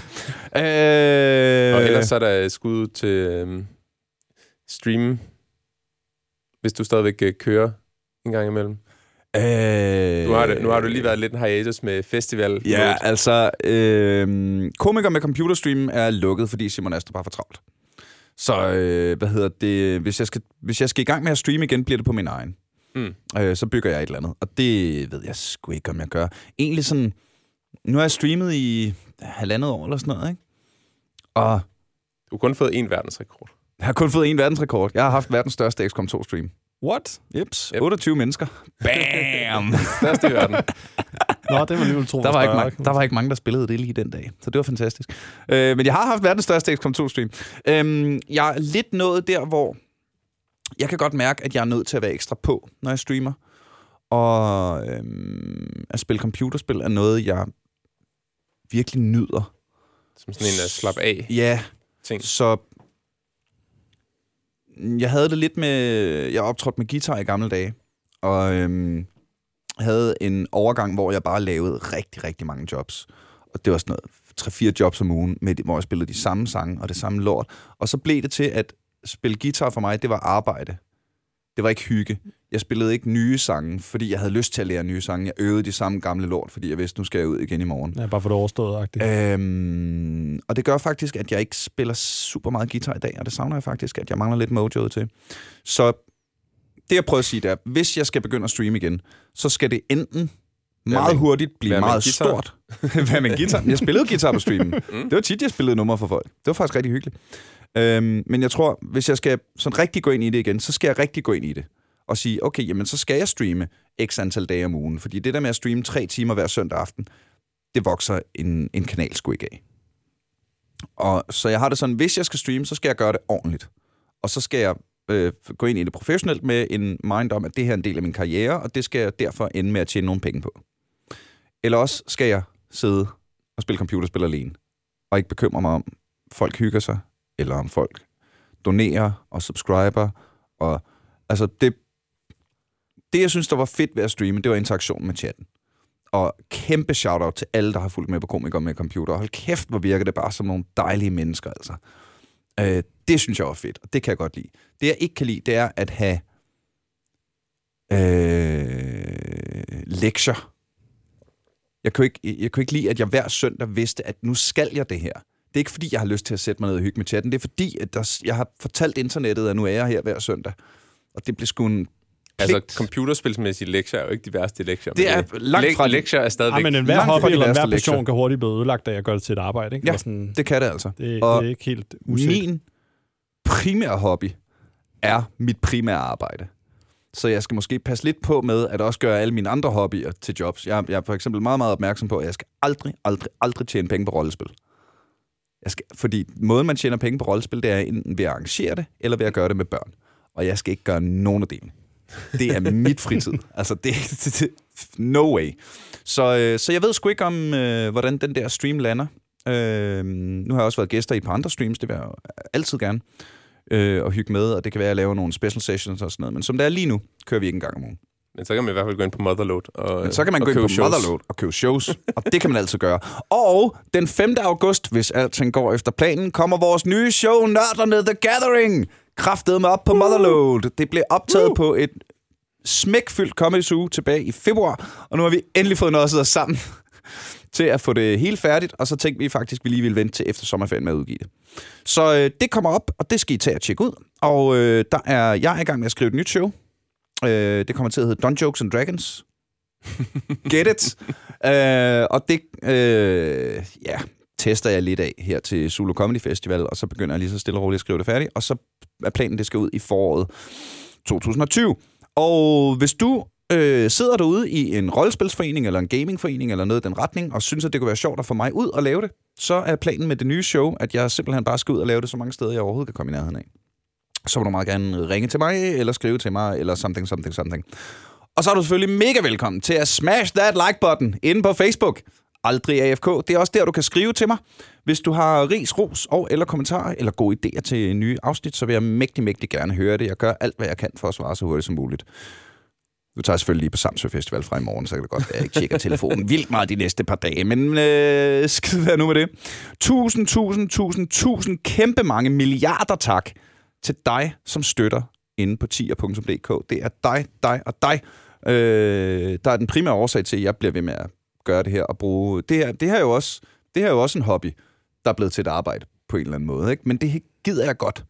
A: øh,
C: og ellers så er der skud til øh, stream, hvis du stadigvæk øh, kører en gang imellem.
A: Øh,
C: nu, har det, nu har du lige været lidt en hiatus med festival.
A: Ja, mode. altså, øh, komiker med computerstream er lukket, fordi Simon Astrup har for travlt. Så, øh, hvad hedder det, hvis jeg, skal, hvis jeg skal i gang med at streame igen, bliver det på min egen. Mm. Øh, så bygger jeg et eller andet, og det ved jeg sgu ikke, om jeg gør. Egentlig sådan, nu har jeg streamet i halvandet år eller sådan noget, ikke? Og
C: du har kun fået én verdensrekord.
A: Jeg har kun fået én verdensrekord. Jeg har haft verdens største X COM to stream.
B: What?
A: Jeps, yep. otteogtyve mennesker. Bam!
C: Største i verden.
B: Nå, det var alligevel tro.
A: Der var, ikke mange, der var ikke mange, der spillede det lige den dag. Så det var fantastisk. Øh, men jeg har haft verdens største X COM to stream. Øh, jeg er lidt nået der, hvor jeg kan godt mærke, at jeg er nødt til at være ekstra på, når jeg streamer. Og øh, at spille computerspil er noget, jeg virkelig nyder.
C: Som sådan en at slappe af.
A: Ja,
C: ting.
A: Så jeg havde det lidt med... Jeg optrådte med guitar i gamle dage, og øhm, havde en overgang, hvor jeg bare lavede rigtig, rigtig mange jobs. Og det var sådan noget tre-fire jobs om ugen, med, hvor jeg spillede de samme sange og det samme lort. Og så blev det til, at spille guitar for mig, det var arbejde. Det var ikke hygge. Jeg spillede ikke nye sange, fordi jeg havde lyst til at lære nye sange. Jeg øvede de samme gamle lort, fordi jeg vidste, nu skal jeg ud igen i morgen.
B: Ja, bare for det overstået-agtigt.
A: Øhm, og det gør faktisk, at jeg ikke spiller super meget guitar i dag, og det savner jeg faktisk, at jeg mangler lidt mojoet til. Så det, jeg prøver at sige, det er, hvis jeg skal begynde at streame igen, så skal det enten meget med, hurtigt blive meget stort. Hvad med guitar? Jeg spillede guitar på streamen. Mm. Det var tit, jeg spillede numre for folk. Det var faktisk rigtig hyggeligt. Øhm, men jeg tror, hvis jeg skal sådan rigtig gå ind i det igen, så skal jeg rigtig gå ind i det. Og sige, okay, jamen så skal jeg streame x antal dage om ugen. Fordi det der med at streame tre timer hver søndag aften, det vokser en, en kanal sgu ikke af. Og så jeg har det sådan, hvis jeg skal streame, så skal jeg gøre det ordentligt. Og så skal jeg øh, gå ind i det professionelt med en mind om, at det her er en del af min karriere, og det skal jeg derfor ende med at tjene nogle penge på. Eller også skal jeg sidde og spille computerspil alene, og ikke bekymre mig om, folk hygger sig, eller om folk donerer og subscriber. Og, altså, det, det, jeg synes, der var fedt ved at streame, det var interaktionen med chatten. Og kæmpe shout-out til alle, der har fulgt med på Komikere med Computer. Hold kæft, hvor virker det bare som nogle dejlige mennesker, altså. Øh, det synes jeg var fedt, og det kan jeg godt lide. Det, jeg ikke kan lide, det er at have øh, lektier. Jeg kan, ikke, jeg kan ikke lide, at jeg hver søndag vidste, at nu skal jeg det her. Det er ikke, fordi jeg har lyst til at sætte mig ned og hygge med chatten. Det er, fordi at der, jeg har fortalt internettet, at nu er jeg her hver søndag. Og det bliver sgu en
C: altså, computerspilsmæssige lektier er jo ikke de værste lektier.
A: Det er langt fra
C: lektier er stadigvæk...
B: Ja, men enhver hobby eller enhver passion kan hurtigt blive ødelagt, da jeg gør det til et arbejde. Ikke?
A: Ja,
B: sådan,
A: det kan det altså.
B: Det,
A: og
B: det er ikke helt usikt.
A: Min primære hobby er mit primære arbejde. Så jeg skal måske passe lidt på med at også gøre alle mine andre hobbyer til jobs. Jeg, jeg er for eksempel meget, meget opmærksom på, at jeg skal aldrig, aldrig, aldrig tjene penge på rollespil. Jeg skal, fordi måden, man tjener penge på rollespil, det er enten ved at arrangere det, eller ved at gøre det med børn. Og jeg skal ikke gøre nogen af delene. Det er mit fritid. Altså, det er no way. Så, øh, så jeg ved sgu ikke om, øh, hvordan den der stream lander. Øh, nu har jeg også været gæster i et par andre streams, det vil jeg altid gerne øh, og hygge med, og det kan være, at jeg laver nogle special sessions og sådan noget. Men som det er lige nu, kører vi ikke en gang om ugen.
C: Men så kan man i hvert fald gå ind på Motherload og
A: Men så kan man gå ind på shows. Motherload og købe shows, og det kan man altid gøre. Og den femte august, hvis alting går efter planen, kommer vores nye show, Nørderne The Gathering, kraftedeme op på uh. Motherload. Det blev optaget uh. på et smækfyldt Comedy Zoo tilbage i februar, og nu har vi endelig fået noget os sammen til at få det helt færdigt, og så tænkte vi faktisk, at vi lige ville vente til efter sommerferien med at udgive det. Så øh, det kommer op, og det skal I tage og tjekke ud. Og øh, der er, jeg er i gang med at skrive et nyt show. Øh, det kommer til at hedde Don't Jokes and Dragons. Get it? øh, og det øh, ja, tester jeg lidt af her til Zulu Comedy Festival, og så begynder jeg lige så stille og roligt at skrive det færdigt, og så er planen, det skal ud i foråret to tusind og tyve. Og hvis du øh, sidder derude i en rollespilsforening, eller en gamingforening, eller noget i den retning, og synes, at det kunne være sjovt at få mig ud og lave det, så er planen med det nye show, at jeg simpelthen bare skal ud og lave det så mange steder, jeg overhovedet kan komme i nærheden af. Så må du meget gerne ringe til mig, eller skrive til mig, eller something, something, something. Og så er du selvfølgelig mega velkommen til at smash that like-button inde på Facebook. Aldrig A F K. Det er også der, du kan skrive til mig. Hvis du har ris, ros og eller kommentarer, eller gode idéer til nye afsnit, så vil jeg mægtig, mægtig gerne høre det. Jeg gør alt, hvad jeg kan for at svare så hurtigt som muligt. Du tager selvfølgelig lige på Samsø Festival fra i morgen, så kan det godt være, at jeg ikke tjekker telefonen vildt meget de næste par dage. Men øh, skide være nu med det. Tusind, tusind, tusind, tusind kæmpe mange milliarder tak til dig, som støtter inde på tier punktum d k. Det er dig, dig og dig. Øh, der er den primære årsag til, at jeg bliver ved med at gøre det her og bruge... Det her, det her, er, jo også, det her er jo også en hobby, der er blevet til et arbejde på en eller anden måde. Ikke? Men det gider jeg godt.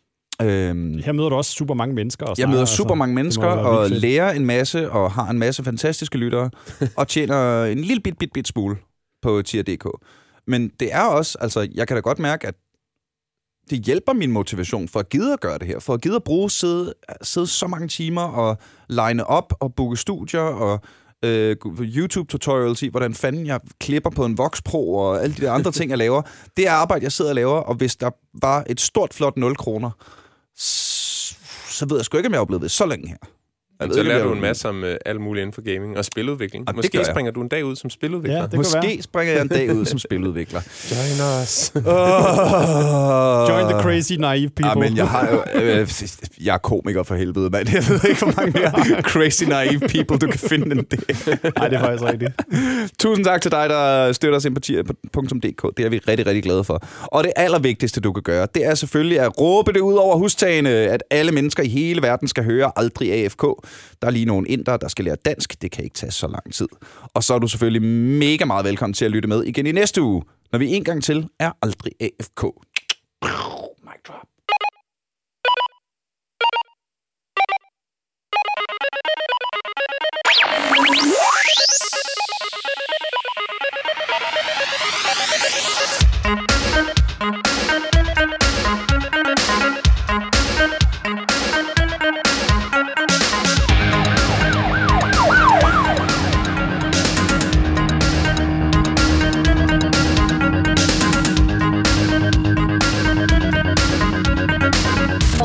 A: Øhm,
B: her møder du også super mange mennesker. Og
A: jeg møder super mange mennesker og lærer en masse og har en masse fantastiske lyttere og tjener en lille bit, bit, bit smule på tier punktum d k. Men det er også... Altså, jeg kan da godt mærke, at det hjælper min motivation for at gide at gøre det her. For at gide at bruge, sidde, sidde så mange timer og line op og booke studier og øh, YouTube-tutorials i, hvordan fanden jeg klipper på en Vox Pro og alle de der andre ting, jeg laver. Det er arbejde, jeg sidder og laver, og hvis der var et stort, flot nul kroner, så ved jeg sgu ikke, om jeg er blevet ved så længe her.
C: Jeg så lærer du en masse om uh, alt muligt inden for gaming og spiludvikling. Og måske springer du en dag ud som spiludvikler.
B: Ja,
A: måske springer jeg en dag ud som spiludvikler.
C: Join us.
A: Oh.
B: Join the crazy naive people.
A: Ah, men jeg har jo, øh, jeg er komiker for helvede, mand. Jeg ved ikke, hvor mange mere crazy naive people, du kan finde end det.
B: Nej, det er faktisk rigtigt.
A: Tusind tak til dig, der støtter os ind på tier punktum d k. Det er vi rigtig, rigtig glade for. Og det allervigtigste, du kan gøre, det er selvfølgelig at råbe det ud over hustagene, at alle mennesker i hele verden skal høre Aldrig A F K. Der er lige nogle indere, der skal lære dansk. Det kan ikke tage så lang tid. Og så er du selvfølgelig mega meget velkommen til at lytte med igen i næste uge, når vi en gang til er Aldrig A F K. Mic drop.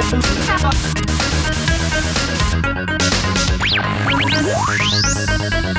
D: We'll be right back.